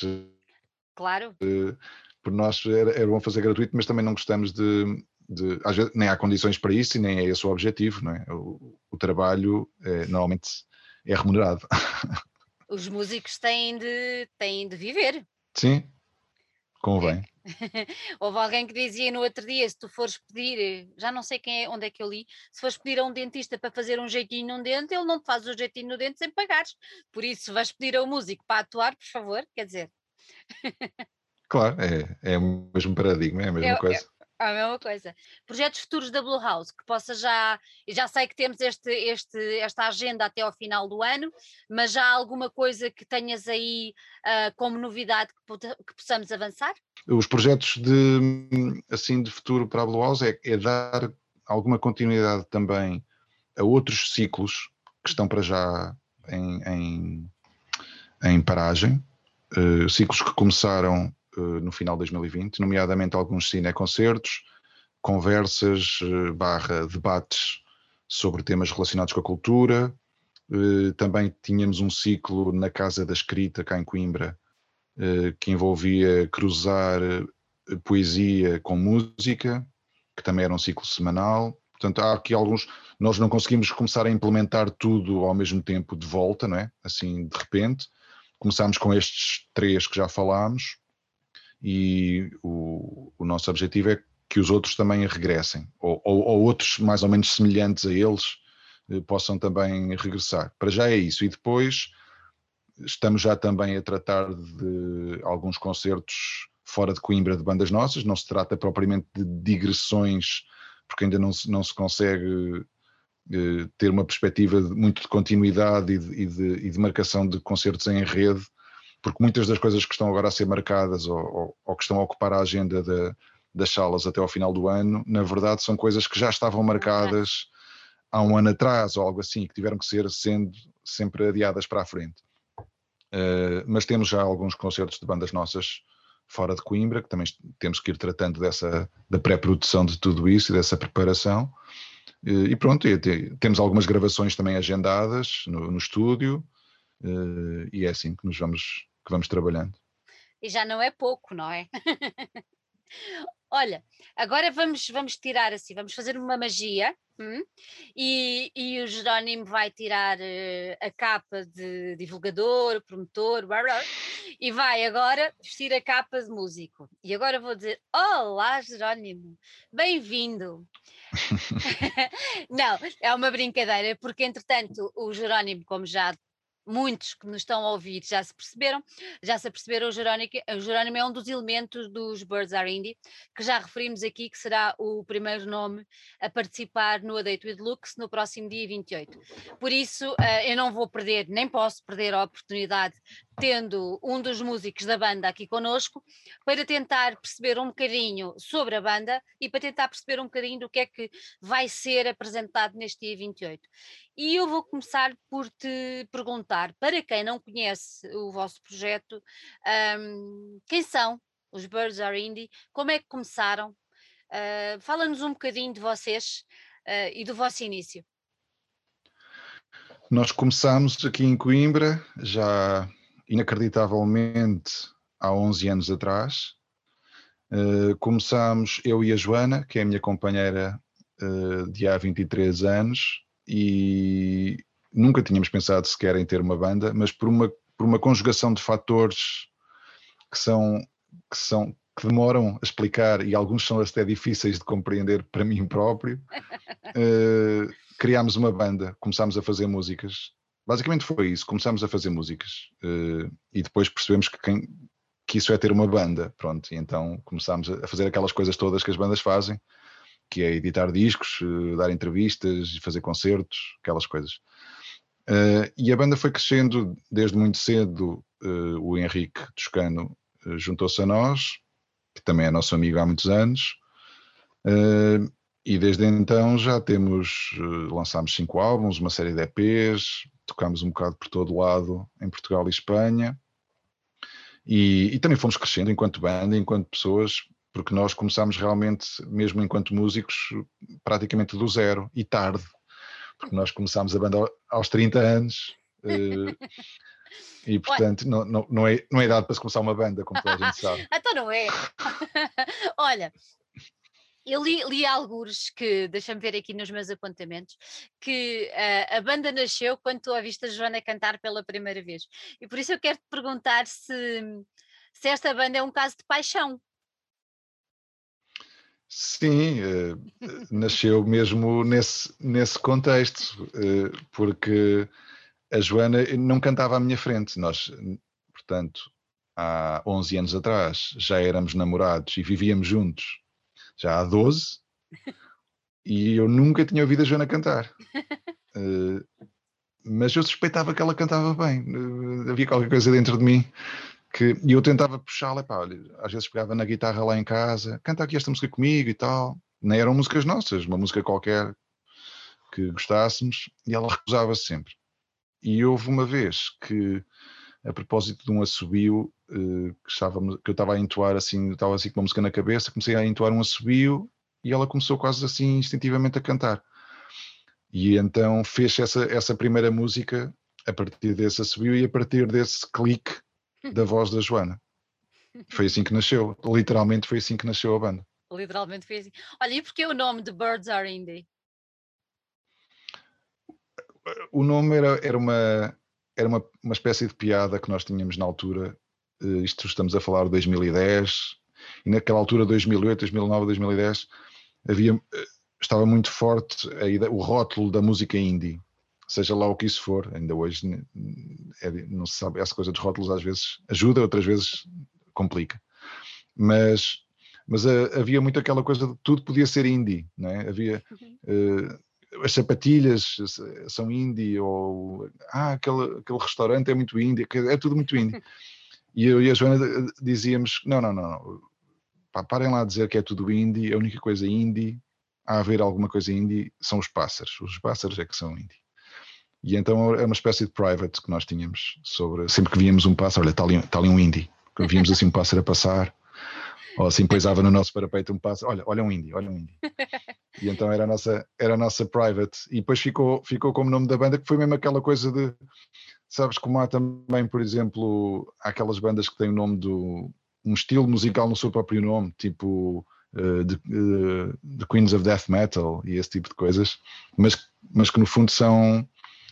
Claro. Por nós era bom fazer gratuito, mas também não gostamos às vezes, nem há condições para isso e nem é esse o objetivo, não é? O trabalho normalmente é remunerado. Os músicos têm de viver. Sim, É. convém. Houve alguém que dizia no outro dia: se tu fores pedir, já não sei quem é, onde é que eu li, se fores pedir a um dentista para fazer um jeitinho num dente, ele não te faz o jeitinho no dente sem pagares. Por isso, vais pedir ao músico para atuar, por favor. Quer dizer, Claro, é o mesmo paradigma, é a é, mesma é coisa. a mesma coisa. Projetos futuros da Blue House, que possa já. Eu já sei que temos esta agenda até ao final do ano, mas já há alguma coisa que tenhas aí como novidade que possamos avançar? Os projetos assim, de futuro para a Blue House é dar alguma continuidade também a outros ciclos que estão para já em, em, em paragem, ciclos que começaram no final de 2020, nomeadamente alguns cineconcertos, conversas barra debates sobre temas relacionados com a cultura. Também tínhamos um ciclo na Casa da Escrita, cá em Coimbra, que envolvia cruzar poesia com música, que também era um ciclo semanal. Portanto, há aqui alguns. Nós não conseguimos começar a implementar tudo ao mesmo tempo de volta, não é? Assim, de repente. Começámos com estes 3 que já falámos, e o nosso objetivo é que os outros também regressem, ou outros mais ou menos semelhantes a eles possam também regressar. Para já é isso. E depois estamos já também a tratar de alguns concertos fora de Coimbra de bandas nossas. Não se trata propriamente de digressões, porque ainda não se consegue ter uma perspectiva muito de continuidade e de marcação de concertos em rede, porque muitas das coisas que estão agora a ser marcadas ou que estão a ocupar a agenda das salas até ao final do ano, na verdade são coisas que já estavam Atrás. marcadas há um ano atrás ou algo assim, que tiveram que ser sendo sempre adiadas para a frente. Mas temos já alguns concertos de bandas nossas fora de Coimbra, que também temos que ir tratando da pré-produção de tudo isso e dessa preparação. E pronto, temos algumas gravações também agendadas no estúdio, e é assim que vamos trabalhando. E já não é pouco, não é? Olha, agora vamos tirar assim, vamos fazer uma magia, e o Jerónimo vai tirar a capa de divulgador, promotor, blá, blá, e vai agora vestir a capa de músico. E agora vou dizer: Olá, Jerónimo, bem-vindo. Não, é uma brincadeira, porque entretanto o Jerónimo, como já muitos que nos estão a ouvir já se aperceberam, o Jerónimo é um dos elementos dos Birds Are Indie, que já referimos aqui, que será o primeiro nome a participar no A Date with Lux no próximo dia 28. Por isso, eu não vou perder, nem posso perder a oportunidade, tendo um dos músicos da banda aqui connosco, para tentar perceber um bocadinho sobre a banda e para tentar perceber um bocadinho do que é que vai ser apresentado neste dia 28. E eu vou começar por te perguntar, para quem não conhece o vosso projeto, quem são os Birds Are Indie? Como é que começaram? Fala-nos um bocadinho de vocês, e do vosso início. Nós começámos aqui em Coimbra, já inacreditavelmente há 11 anos atrás. Começámos eu e a Joana, que é a minha companheira de há 23 anos, e nunca tínhamos pensado sequer em ter uma banda, mas por uma conjugação de fatores que são, que demoram a explicar, e alguns são até difíceis de compreender para mim próprio. Criámos uma banda, começámos a fazer músicas. Basicamente foi isso, começámos a fazer músicas, e depois percebemos que isso é ter uma banda, pronto, e então começámos a fazer aquelas coisas todas que as bandas fazem, que é editar discos, dar entrevistas, fazer concertos, aquelas coisas. E a banda foi crescendo desde muito cedo. O Henrique Toscano juntou-se a nós, que também é nosso amigo há muitos anos, e desde então já lançámos 5 álbuns, uma série de EPs, tocámos um bocado por todo lado em Portugal e Espanha, e também fomos crescendo enquanto banda, enquanto pessoas, porque nós começámos realmente, mesmo enquanto músicos, praticamente do zero, e tarde, porque nós começámos a banda aos 30 anos, e portanto não é idade para se começar uma banda, como toda a gente sabe. Então não é. Olha, eu li algures que, deixa-me ver aqui nos meus apontamentos, que a banda nasceu quando tu ouviste a Joana cantar pela primeira vez. E por isso eu quero te perguntar se esta banda é um caso de paixão. Sim, nasceu mesmo nesse contexto, porque a Joana não cantava à minha frente. Nós, portanto, há 11 anos atrás já éramos namorados e vivíamos juntos já há 12, e eu nunca tinha ouvido a Joana cantar. Mas eu suspeitava que ela cantava bem. Havia qualquer coisa dentro de mim e eu tentava puxá-la. Pá, olha, às vezes pegava na guitarra lá em casa, canta aqui esta música comigo e tal. Nem eram músicas nossas, uma música qualquer que gostássemos, e ela recusava-se sempre. E houve uma vez que, a propósito de um assobio, que eu estava a entoar assim, estava assim com uma música na cabeça, comecei a entoar um assobio e ela começou quase assim instintivamente a cantar. E então fez essa primeira música a partir desse assobio e a partir desse clique da voz da Joana. Foi assim que nasceu, literalmente foi assim que nasceu a banda. Literalmente foi assim. Olha, e porquê o nome de Birds Are Indie? O nome era uma espécie de piada que nós tínhamos na altura. Isto estamos a falar de 2010, e naquela altura, 2008, 2009, 2010, estava muito forte o rótulo da música indie, seja lá o que isso for. Ainda hoje não se sabe, essa coisa dos rótulos às vezes ajuda, outras vezes complica. Mas havia muito aquela coisa de tudo podia ser indie, não é? Havia as sapatilhas são indie, ou aquele restaurante é muito indie, é tudo muito indie. E eu e a Joana dizíamos, não, parem lá a dizer que é tudo indie, a única coisa indie, a haver alguma coisa indie, são os pássaros é que são indie. E então é uma espécie de private que nós tínhamos sempre que víamos um pássaro, olha, está ali um indie, quando víamos assim um pássaro a passar, ou assim poisava no nosso parapeito um pássaro, olha um indie. E então era a nossa private, e depois ficou como nome da banda, que foi mesmo aquela coisa de, sabes, como há também, por exemplo, há aquelas bandas que têm o nome um estilo musical no seu próprio nome, tipo The Queens of Death Metal e esse tipo de coisas, mas que no fundo são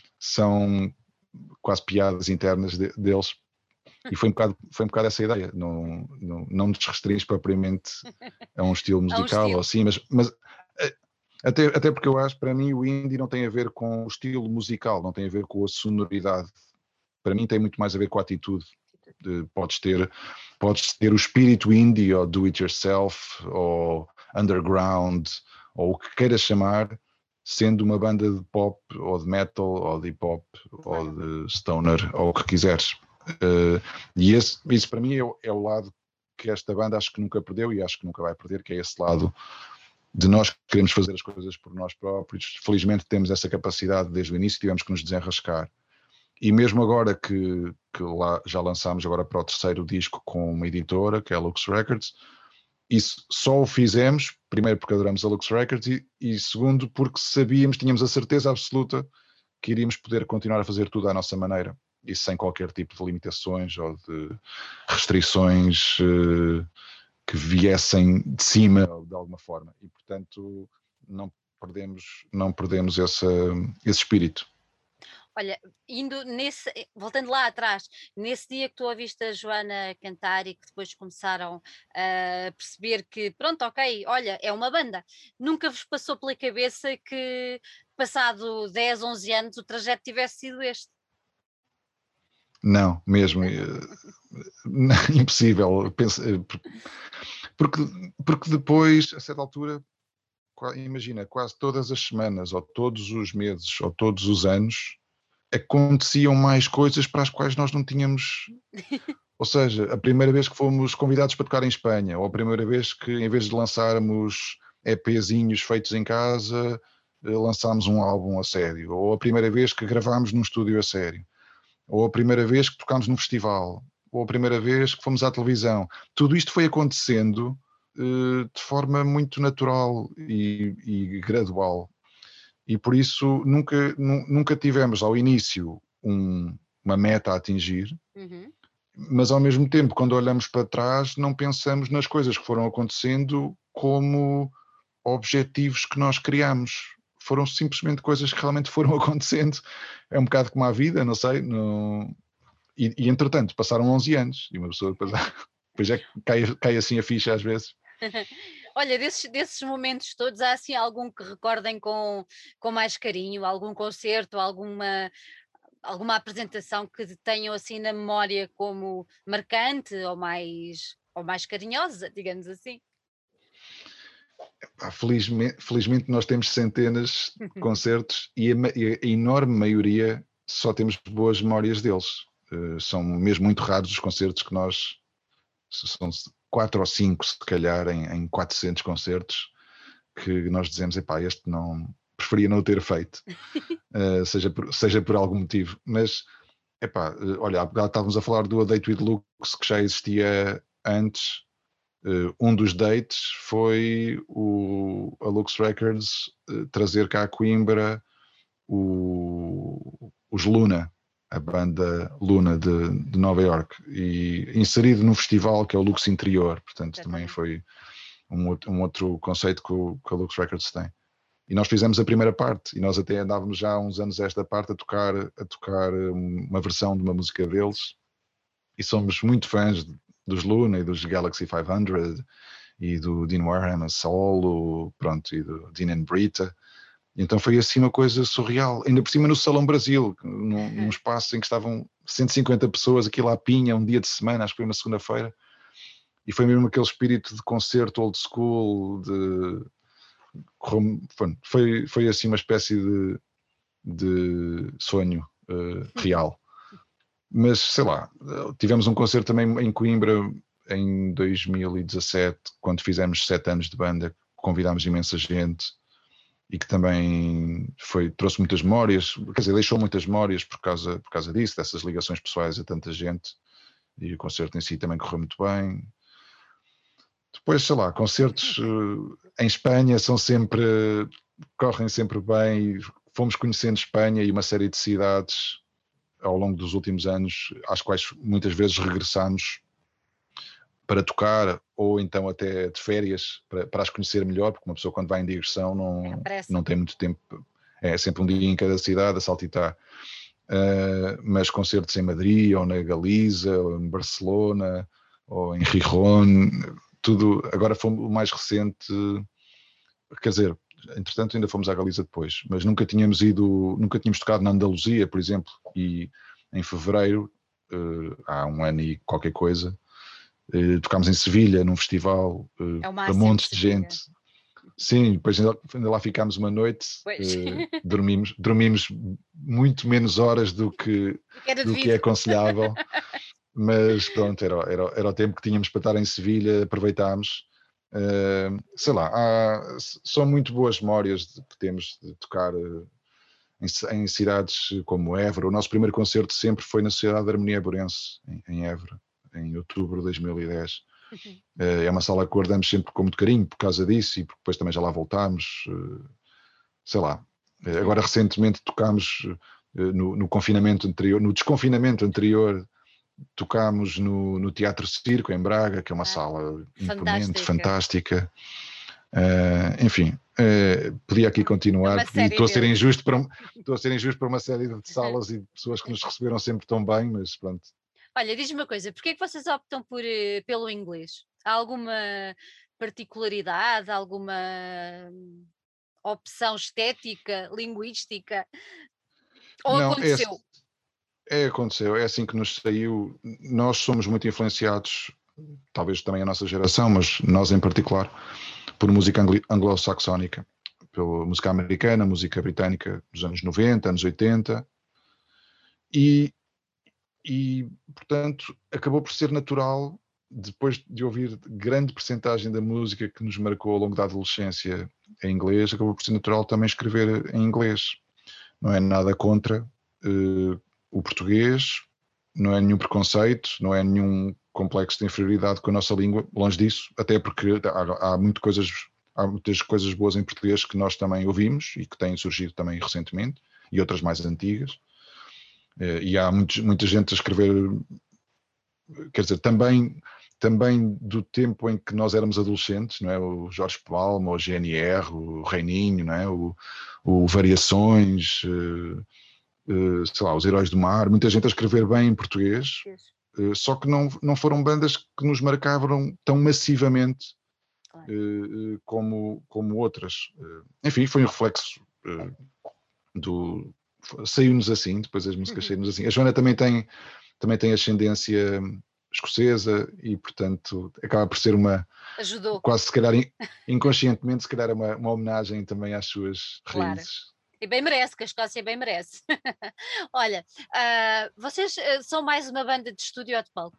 quase piadas internas deles. E foi um bocado essa ideia, não nos restringe propriamente a um estilo É um musical ou estilo. assim, mas até porque eu acho, para mim, o indie não tem a ver com o estilo musical, não tem a ver com a sonoridade. Para mim tem muito mais a ver com a atitude. Podes ter o espírito indie, ou do it yourself, ou underground, ou o que queiras chamar, sendo uma banda de pop, ou de metal, ou de hip hop, ou de stoner, ou o que quiseres. E isso para mim é o lado que esta banda acho que nunca perdeu, e acho que nunca vai perder, que é esse lado de nós queremos fazer as coisas por nós próprios. Felizmente temos essa capacidade desde o início, tivemos que nos desenrascar. E mesmo agora que lá já lançámos agora para o terceiro disco com uma editora, que é a Lux Records, isso só o fizemos, primeiro porque adoramos a Lux Records, e segundo porque tínhamos a certeza absoluta que iríamos poder continuar a fazer tudo à nossa maneira, e sem qualquer tipo de limitações ou de restrições que viessem de cima de alguma forma. E portanto não perdemos esse espírito. Olha, voltando lá atrás, nesse dia que tu ouviste a Joana cantar e que depois começaram a perceber que, pronto, ok, olha, é uma banda, nunca vos passou pela cabeça que, passado 10, 11 anos, o trajeto tivesse sido este? Não, mesmo. Impossível. Porque depois, a certa altura, imagina, quase todas as semanas, ou todos os meses, ou todos os anos, aconteciam mais coisas para as quais nós não tínhamos. Ou seja, a primeira vez que fomos convidados para tocar em Espanha, ou a primeira vez que, em vez de lançarmos EPzinhos feitos em casa, lançámos um álbum a sério, ou a primeira vez que gravámos num estúdio a sério, ou a primeira vez que tocámos num festival, ou a primeira vez que fomos à televisão. Tudo isto foi acontecendo de forma muito natural e gradual. E por isso nunca tivemos ao início uma meta a atingir, mas ao mesmo tempo, quando olhamos para trás, não pensamos nas coisas que foram acontecendo como objetivos que nós criamos. Foram simplesmente coisas que realmente foram acontecendo. É um bocado como a vida, não sei. E entretanto, passaram 11 anos e uma pessoa depois é que cai assim a ficha às vezes. Olha, desses momentos todos, há assim algum que recordem com mais carinho? Algum concerto, alguma apresentação que tenham assim na memória como marcante ou mais carinhosa, digamos assim? Felizmente nós temos centenas de concertos e a enorme maioria só temos boas memórias deles. São mesmo muito raros os concertos que nós... São 4 ou 5, se calhar, em 400 concertos, que nós dizemos, epá, este não... Preferia não o ter feito, seja por algum motivo. Mas, epá, olha, há bocado estávamos a falar do A Date with Lux, que já existia antes. Um dos dates foi a Lux Records trazer cá a Coimbra os Luna, a banda Luna de Nova York, e inserido no festival que é o Lux Interior, portanto também foi um outro conceito que a Lux Records tem. E nós fizemos a primeira parte, e nós até andávamos já há uns anos esta parte a tocar uma versão de uma música deles, e somos muito fãs dos Luna e dos Galaxy 500 e do Dean Wareham a solo, pronto, e do Dean and Brita. Então foi assim uma coisa surreal, ainda por cima no Salão Brasil, num espaço em que estavam 150 pessoas, aquilo à pinha, um dia de semana, acho que foi uma segunda-feira, e foi mesmo aquele espírito de concerto old school, foi assim uma espécie de sonho real. Mas sei lá, tivemos um concerto também em Coimbra em 2017, quando fizemos 7 anos de banda, convidámos imensa gente e que também trouxe muitas memórias, quer dizer, deixou muitas memórias por causa disso, dessas ligações pessoais a tanta gente, e o concerto em si também correu muito bem. Depois, sei lá, concertos em Espanha correm sempre bem, fomos conhecendo Espanha e uma série de cidades ao longo dos últimos anos, às quais muitas vezes regressamos para tocar, ou então até de férias, para as conhecer melhor, porque uma pessoa quando vai em digressão não tem muito tempo, é sempre um dia em cada cidade a saltitar. Mas concertos em Madrid, ou na Galiza, ou em Barcelona, ou em Gijón, tudo. Agora foi o mais recente, quer dizer, entretanto ainda fomos à Galiza depois, mas nunca tínhamos tocado na Andaluzia, por exemplo, e em fevereiro, há um ano e qualquer coisa, tocámos em Sevilha, num festival, para montes de gente. Sim, depois ainda lá ficámos uma noite, dormimos muito menos horas do que é aconselhável, mas pronto, era o tempo que tínhamos para estar em Sevilha, aproveitámos. Sei lá, são muito boas memórias que temos de tocar em cidades como Évora. O nosso primeiro concerto sempre foi na Sociedade de Harmonia Eivorense, em Évora, em outubro de 2010. É uma sala que guardamos sempre com muito carinho por causa disso, e depois também já lá voltámos. Sei lá, agora recentemente tocámos no confinamento anterior, no desconfinamento anterior, tocámos no Teatro Circo em Braga, que é uma sala imponente, fantástica. Enfim, podia aqui continuar, e estou a ser injusto para uma série de salas e de pessoas que nos receberam sempre tão bem, mas pronto. Olha, diz-me uma coisa, porquê é que vocês optam pelo inglês? Há alguma particularidade, alguma opção estética, linguística? Ou Não, aconteceu? aconteceu, é assim que nos saiu. Nós somos muito influenciados, talvez também a nossa geração, mas nós em particular, por música anglo-saxónica, pela música americana, música britânica dos anos 90, anos 80, e, portanto, acabou por ser natural, depois de ouvir grande percentagem da música que nos marcou ao longo da adolescência em inglês, acabou por ser natural também escrever em inglês. Não é nada contra o português, não é nenhum preconceito, não é nenhum complexo de inferioridade com a nossa língua, longe disso, até porque há muitas coisas boas em português que nós também ouvimos e que têm surgido também recentemente, e outras mais antigas. E há muita gente a escrever, quer dizer, também do tempo em que nós éramos adolescentes, não é? O Jorge Palma, o GNR, o Reininho, não é? o Variações, sei lá, os Heróis do Mar, muita gente a escrever bem em português, só que não foram bandas que nos marcavam tão massivamente, claro, como outras. Enfim, foi um reflexo saiu-nos assim, depois as músicas saíram-nos assim. A Joana também tem ascendência escocesa e, portanto, acaba por ser Ajudou. Quase, se calhar, inconscientemente, se calhar uma homenagem também às suas raízes. Claro. E bem merece, que a Escócia bem merece. Olha, vocês são mais uma banda de estúdio ou de palco?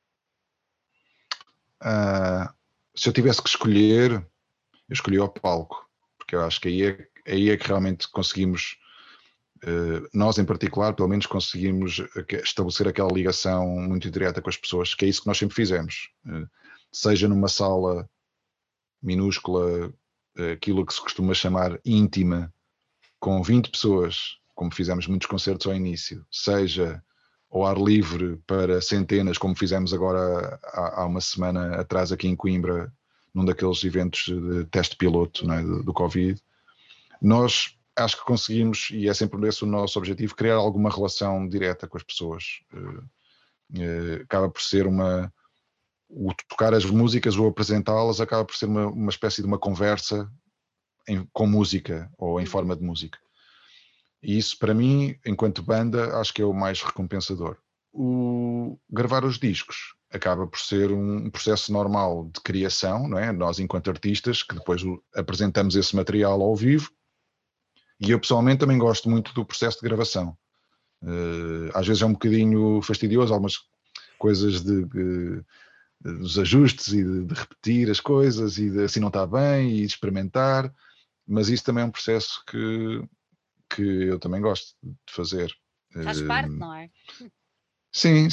Se eu tivesse que escolher, eu escolhi o palco, porque eu acho que aí é que realmente conseguimos, nós em particular, pelo menos conseguimos estabelecer aquela ligação muito direta com as pessoas, que é isso que nós sempre fizemos. Seja numa sala minúscula, aquilo que se costuma chamar íntima, com 20 pessoas, como fizemos muitos concertos ao início, seja ao ar livre para centenas, como fizemos agora há uma semana atrás aqui em Coimbra, num daqueles eventos de teste piloto, não é, do Covid, nós acho que conseguimos, e é sempre esse o nosso objetivo, criar alguma relação direta com as pessoas. Acaba por ser o tocar as músicas ou apresentá-las acaba por ser uma espécie de uma conversa com música ou em forma de música. E isso, para mim, enquanto banda, acho que é o mais recompensador. Gravar os discos acaba por ser um processo normal de criação, não é? Nós, enquanto artistas, que depois apresentamos esse material ao vivo, e eu pessoalmente também gosto muito do processo de gravação. Às vezes é um bocadinho fastidioso, algumas coisas dos ajustes e de repetir as coisas e assim não está bem e de experimentar, mas isso também é um processo que eu também gosto de fazer. Faz parte, não é? Sim.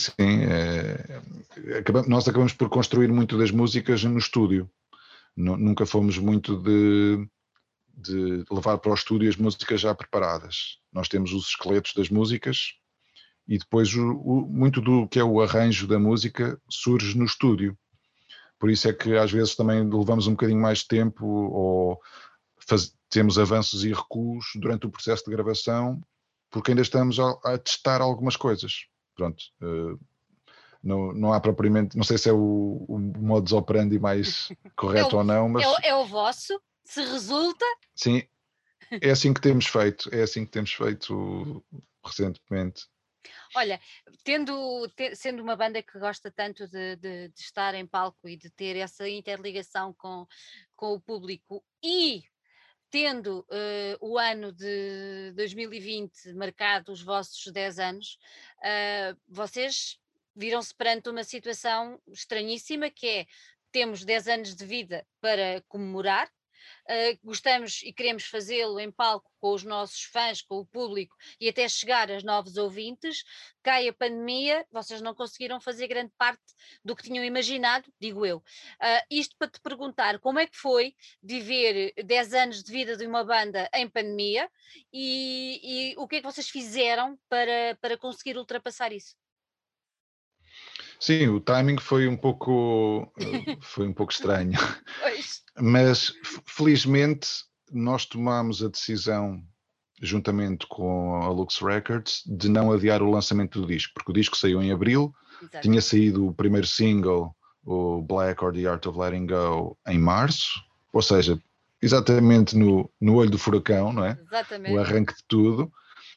Nós acabamos por construir muito das músicas no estúdio. Nunca fomos muito de levar para o estúdio as músicas já preparadas. Nós temos os esqueletos das músicas e depois muito do que é o arranjo da música surge no estúdio. Por isso é que às vezes também levamos um bocadinho mais de tempo ou temos avanços e recuos durante o processo de gravação, porque ainda estamos a testar algumas coisas. Pronto. Não há propriamente, não sei se é o modus operandi mais correto ou não, mas... É o vosso, se resulta... Sim, é assim que temos feito recentemente. Olha, sendo uma banda que gosta tanto de estar em palco e de ter essa interligação com o público e tendo o ano de 2020 marcado os vossos 10 anos, vocês viram-se perante uma situação estranhíssima que é, temos 10 anos de vida para comemorar, gostamos e queremos fazê-lo em palco com os nossos fãs, com o público e até chegar aos novos ouvintes, cai a pandemia, vocês não conseguiram fazer grande parte do que tinham imaginado, digo eu. Isto para te perguntar como é que foi viver 10 anos de vida de uma banda em pandemia e o que é que vocês fizeram para conseguir ultrapassar isso? Sim, o timing foi um pouco estranho, Pois. mas felizmente nós tomámos a decisão, juntamente com a Lux Records, de não adiar o lançamento do disco, porque o disco saiu em abril. Exato. Tinha saído o primeiro single, o Black or the Art of Letting Go, em março, ou seja, exatamente no olho do furacão, não é? Exatamente. O arranque de tudo.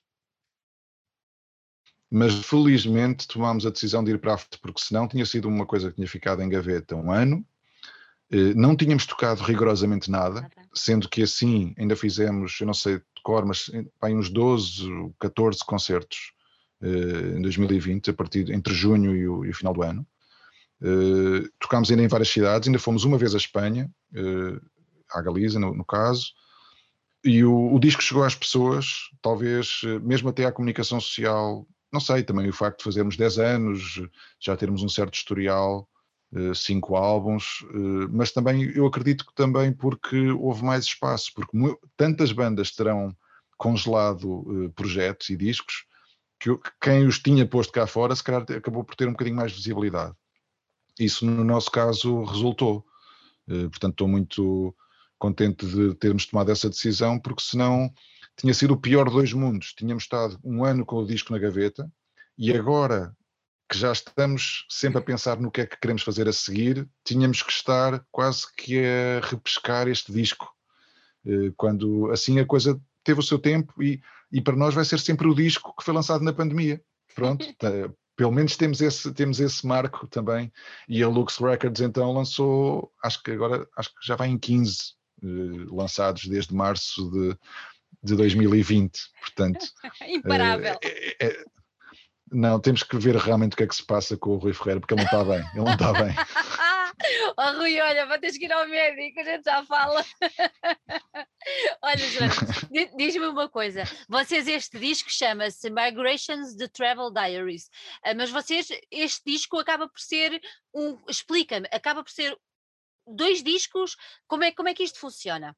Mas felizmente tomámos a decisão de ir para a frente, porque senão tinha sido uma coisa que tinha ficado em gaveta um ano. Não tínhamos tocado rigorosamente nada, sendo que assim ainda fizemos, eu não sei de cor, mas uns 12, 14 concertos em 2020, entre junho e o final do ano. Tocámos ainda em várias cidades, ainda fomos uma vez à Espanha, à Galiza, no caso, e o disco chegou às pessoas, talvez mesmo até à comunicação social, não sei, também o facto de fazermos 10 anos, já termos um certo historial, 5 álbuns, mas também eu acredito que também porque houve mais espaço, porque tantas bandas terão congelado projetos e discos, que quem os tinha posto cá fora se calhar acabou por ter um bocadinho mais visibilidade. Isso no nosso caso resultou. Portanto, estou muito contente de termos tomado essa decisão, porque senão tinha sido o pior de dois mundos. Tínhamos estado um ano com o disco na gaveta e agora que já estamos sempre a pensar no que é que queremos fazer a seguir, tínhamos que estar quase que a repescar este disco. Quando assim a coisa teve o seu tempo e para nós vai ser sempre o disco que foi lançado na pandemia. Pronto, pelo menos temos esse marco também. E a Lux Records então lançou, acho que já vai em 15 lançados desde março de 2020. Portanto, Imparável. não, temos que ver realmente o que é que se passa com o Rui Ferreira, porque ele não está bem. Ele não está bem. Oh, Rui, olha, vou ter que ir ao médico, a gente já fala. Olha, Joana, diz-me uma coisa. Vocês, este disco chama-se Migrations The Travel Diaries, mas vocês, este disco acaba por ser explica-me, acaba por ser 2 discos, como é que isto funciona?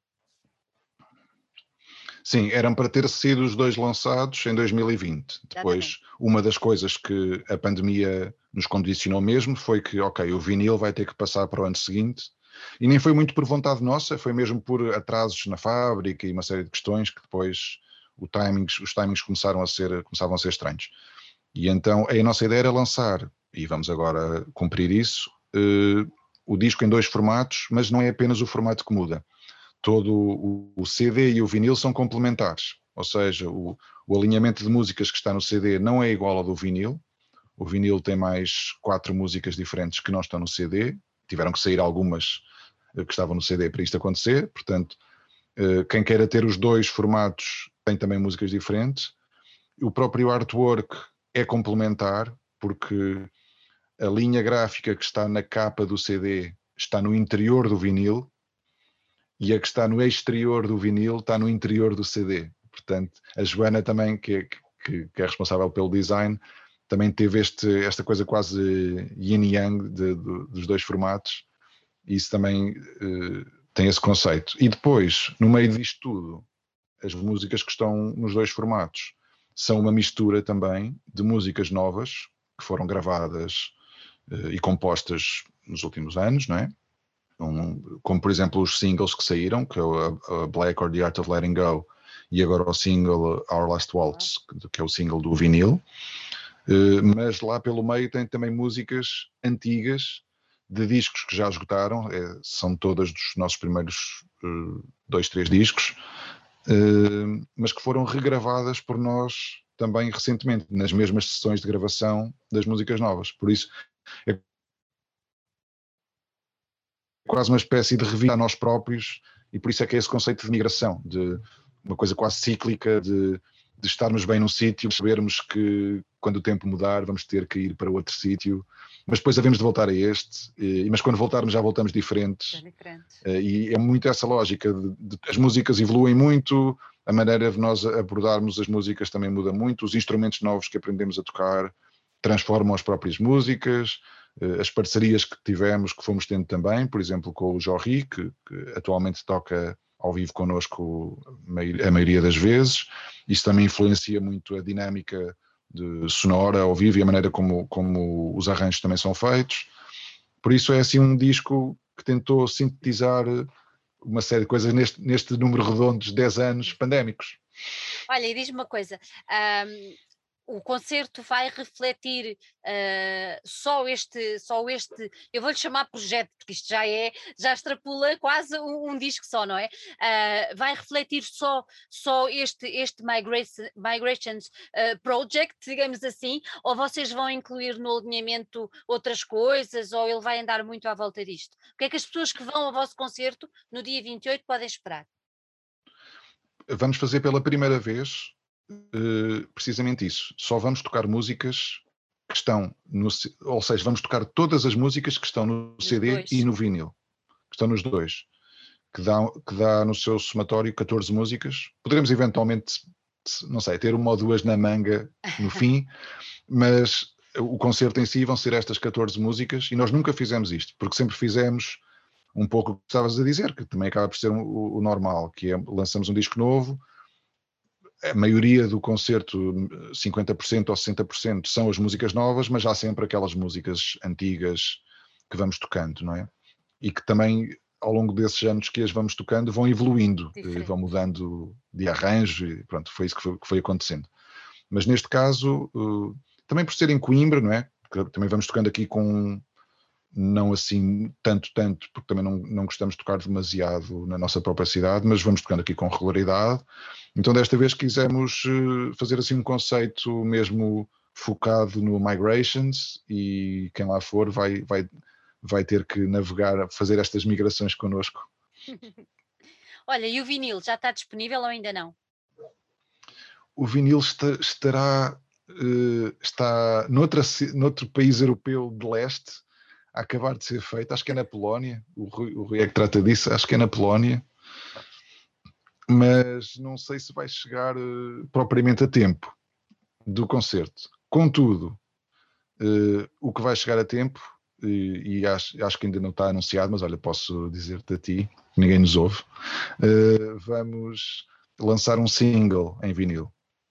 Sim, eram para ter sido os 2 lançados em 2020. Exatamente. Depois, uma das coisas que a pandemia nos condicionou mesmo foi que, ok, o vinil vai ter que passar para o ano seguinte, e nem foi muito por vontade nossa, foi mesmo por atrasos na fábrica e uma série de questões que depois os timings começavam a ser estranhos. E então a nossa ideia era lançar, e vamos agora cumprir isso, o disco em 2 formatos, mas não é apenas o formato que muda. Todo o CD e o vinil são complementares, ou seja, o alinhamento de músicas que está no CD não é igual ao do vinil. O vinil tem mais 4 músicas diferentes que não estão no CD, tiveram que sair algumas que estavam no CD para isto acontecer, portanto, quem queira ter os 2 formatos tem também músicas diferentes. O próprio artwork é complementar, porque a linha gráfica que está na capa do CD está no interior do vinil, e a que está no exterior do vinil está no interior do CD. Portanto, a Joana também, que é responsável pelo design, também teve esta coisa quase yin e yang dos 2 formatos, e isso também tem esse conceito. E depois, no meio disto tudo, as músicas que estão nos 2 formatos são uma mistura também de músicas novas que foram gravadas e compostas nos últimos anos, não é? Como por exemplo os singles que saíram, que é a Black or the Art of Letting Go, e agora o single Our Last Waltz, que é o single do vinil, mas lá pelo meio tem também músicas antigas de discos que já esgotaram, são todas dos nossos primeiros 2, 3 discos, mas que foram regravadas por nós também recentemente, nas mesmas sessões de gravação das músicas novas. Por isso é quase uma espécie de revista a nós próprios, e por isso é que é esse conceito de migração, de uma coisa quase cíclica, de estarmos bem num sítio, sabermos que quando o tempo mudar vamos ter que ir para outro sítio, mas depois havemos de voltar a este, mas quando voltarmos já voltamos diferentes. E é muito essa lógica, as músicas evoluem muito, a maneira de nós abordarmos as músicas também muda muito, os instrumentos novos que aprendemos a tocar transformam as próprias músicas, as parcerias que tivemos, que fomos tendo também, por exemplo com o Jorri, que atualmente toca ao vivo connosco a maioria das vezes. Isso também influencia muito a dinâmica sonora ao vivo e a maneira como os arranjos também são feitos. Por isso é assim um disco que tentou sintetizar uma série de coisas neste número redondo de 10 anos pandémicos. Olha, e diz-me uma coisa, o concerto vai refletir só este, eu vou-lhe chamar projeto, porque isto já extrapula quase um disco só, não é? Vai refletir só este Migrations Project, digamos assim, ou vocês vão incluir no alinhamento outras coisas, ou ele vai andar muito à volta disto? O que é que as pessoas que vão ao vosso concerto no dia 28 podem esperar? Vamos fazer pela primeira vez precisamente isso. Só vamos tocar músicas que estão ou seja, vamos tocar todas as músicas que estão no Nos CD e dois. no vinil, que estão nos dois, que dá no seu somatório 14 músicas. Poderemos eventualmente, não sei, ter uma ou duas na manga no fim, mas o concerto em si vão ser estas 14 músicas, e nós nunca fizemos isto, porque sempre fizemos um pouco o que estavas a dizer, que também acaba por ser o normal, que é lançamos um disco novo, a maioria do concerto, 50% ou 60%, são as músicas novas, mas há sempre aquelas músicas antigas que vamos tocando, não é? E que também, ao longo desses anos que as vamos tocando, vão evoluindo, vão mudando de arranjo, e pronto, foi isso que foi acontecendo. Mas neste caso, também por ser em Coimbra, não é? Também vamos tocando aqui com, não assim tanto, porque também não gostamos de tocar demasiado na nossa própria cidade, mas vamos tocando aqui com regularidade. Então desta vez quisemos fazer assim um conceito mesmo focado no Migrations, e quem lá for vai ter que navegar, fazer estas migrações connosco. Olha, e o vinil já está disponível ou ainda não? O vinil está noutro país europeu de leste, a acabar de ser feito, acho que é na Polónia, o Rui é que trata disso, acho que é na Polónia, mas não sei se vai chegar propriamente a tempo do concerto. Contudo, o que vai chegar a tempo, e acho que ainda não está anunciado, mas olha, posso dizer-te a ti, ninguém nos ouve, vamos lançar um single em vinil.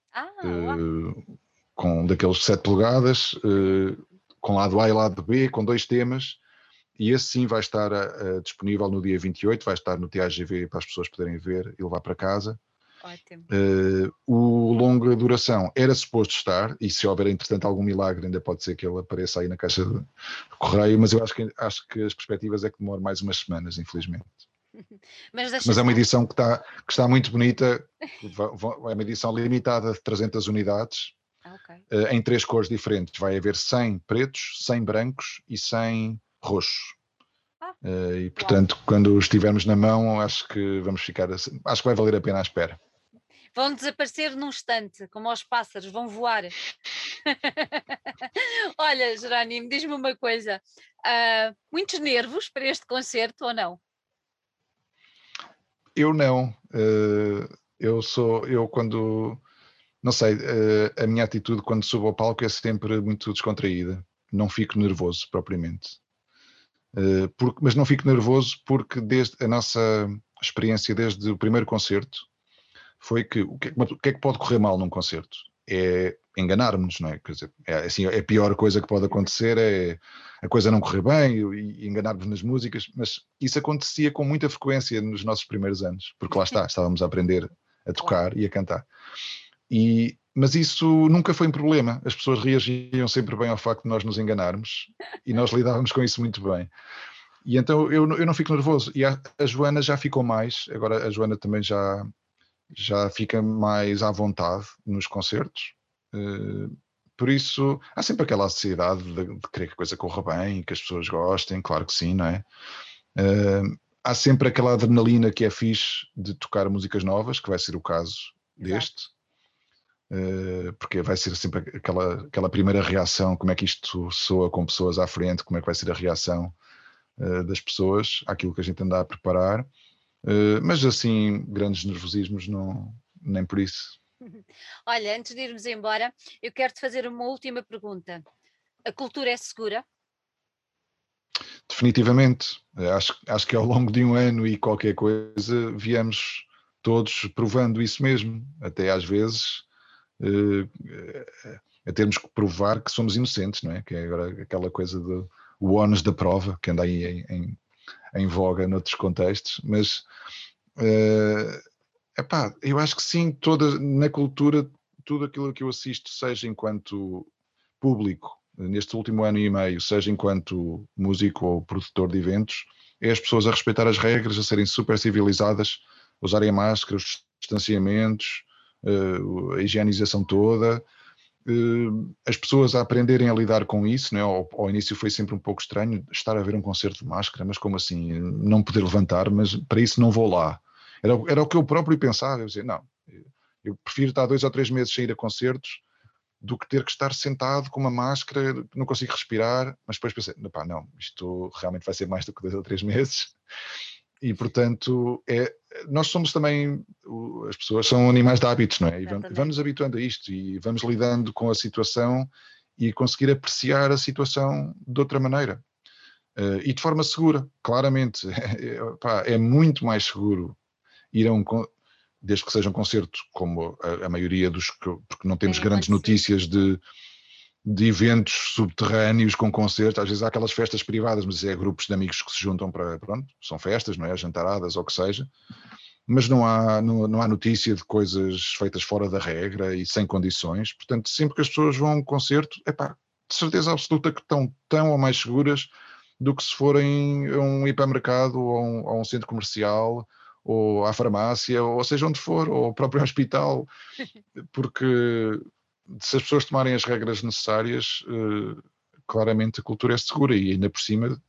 Com daqueles 7 polegadas, com lado A e lado B, com 2 temas, e esse sim vai estar disponível no dia 28, vai estar no TAGV para as pessoas poderem ver e levar para casa. Ótimo. O longa duração era suposto estar, e se houver entretanto algum milagre ainda pode ser que ele apareça aí na caixa de correio, mas eu acho que as perspectivas é que demora mais umas semanas, infelizmente. Mas é uma edição que está muito bonita, é uma edição limitada de 300 unidades, em 3 cores diferentes. Vai haver 100 pretos, 100 brancos e 100 roxos. E portanto, quando estivermos na mão, acho que vamos ficar assim, acho que vai valer a pena a espera. Vão desaparecer num instante, como aos pássaros, vão voar. Olha, Jerónimo, diz-me uma coisa, muitos nervos para este concerto ou não? Eu não, eu quando, não sei, a minha atitude quando subo ao palco é sempre muito descontraída, não fico nervoso propriamente, mas não fico nervoso porque desde a nossa experiência, desde o primeiro concerto, foi que o que é que pode correr mal num concerto? É enganar-nos, não é? Quer dizer, assim, a pior coisa que pode acontecer é a coisa não correr bem e enganar-nos nas músicas, mas isso acontecia com muita frequência nos nossos primeiros anos, porque lá estávamos a aprender a tocar e a cantar. Mas isso nunca foi um problema, as pessoas reagiam sempre bem ao facto de nós nos enganarmos e nós lidávamos com isso muito bem. E então eu não fico nervoso, e a Joana já ficou mais, agora a Joana também já fica mais à vontade nos concertos, por isso há sempre aquela ansiedade de querer que a coisa corra bem, que as pessoas gostem, claro que sim, não é? Há sempre aquela adrenalina que é fixe de tocar músicas novas, que vai ser o caso deste, porque vai ser sempre aquela primeira reação, como é que isto soa com pessoas à frente, como é que vai ser a reação das pessoas àquilo que a gente anda a preparar. Mas assim, grandes nervosismos, não, nem por isso. Olha, antes de irmos embora, eu quero-te fazer uma última pergunta. A cultura é segura? Definitivamente. Acho que ao longo de um ano e qualquer coisa, viemos todos provando isso mesmo. Até às vezes a termos que provar que somos inocentes, não é? Que é agora aquela coisa do o ónus da prova, que anda aí em voga noutros contextos, mas eu acho que sim, na cultura, tudo aquilo que eu assisto, seja enquanto público, neste último ano e meio, seja enquanto músico ou produtor de eventos, é as pessoas a respeitar as regras, a serem super civilizadas, a usarem máscaras, os distanciamentos, a higienização toda, as pessoas a aprenderem a lidar com isso, né? Ao início foi sempre um pouco estranho estar a ver um concerto de máscara, mas como assim? Não poder levantar, mas para isso não vou lá. Era o que eu próprio pensava, eu dizia, não, Eu prefiro estar 2 ou 3 meses sem ir a concertos do que ter que estar sentado com uma máscara, não consigo respirar, mas depois pensei, pá, não, isto realmente vai ser mais do que 2 ou 3 meses. E, portanto, nós somos também, as pessoas são animais de hábitos, não é? E vamos nos habituando a isto e vamos lidando com a situação e conseguir apreciar a situação de outra maneira. E de forma segura, claramente. É muito mais seguro ir a desde que seja um concerto, como a maioria porque não temos grandes notícias de eventos subterrâneos com concertos. Às vezes há aquelas festas privadas, mas é grupos de amigos que se juntam para, pronto, são festas, não é? Jantaradas ou o que seja, mas não há notícia de coisas feitas fora da regra e sem condições. Portanto, sempre que as pessoas vão a um concerto, de certeza absoluta que estão tão ou mais seguras do que se forem a um hipermercado ou a um centro comercial ou à farmácia, ou seja onde for, ou ao próprio hospital, porque se as pessoas tomarem as regras necessárias, claramente a cultura é segura e ainda por cima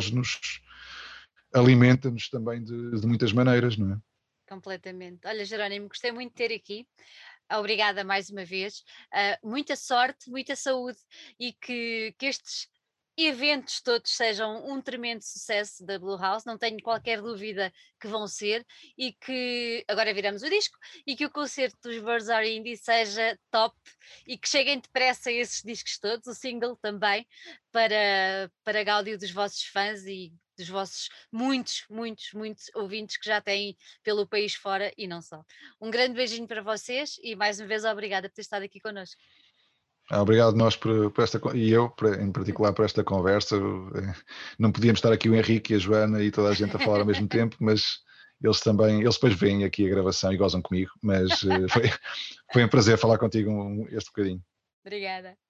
alimenta-nos também de muitas maneiras, não é? Completamente. Olha, Jerónimo, gostei muito de ter aqui. Obrigada mais uma vez. Muita sorte, muita saúde e que estes eventos todos sejam um tremendo sucesso da Blue House, não tenho qualquer dúvida que vão ser, e que agora viramos o disco e que o concerto dos Birds Are Indie seja top e que cheguem depressa esses discos todos, o single também, para gáudio dos vossos fãs e dos vossos muitos, muitos, muitos ouvintes que já têm pelo país fora e não só. Um grande beijinho para vocês e mais uma vez obrigada por ter estado aqui connosco. Obrigado nós por esta, e eu em particular por esta conversa. Não podíamos estar aqui o Henrique e a Joana e toda a gente a falar ao mesmo tempo, mas eles depois veem aqui a gravação e gozam comigo, mas foi um prazer falar contigo este bocadinho. Obrigada.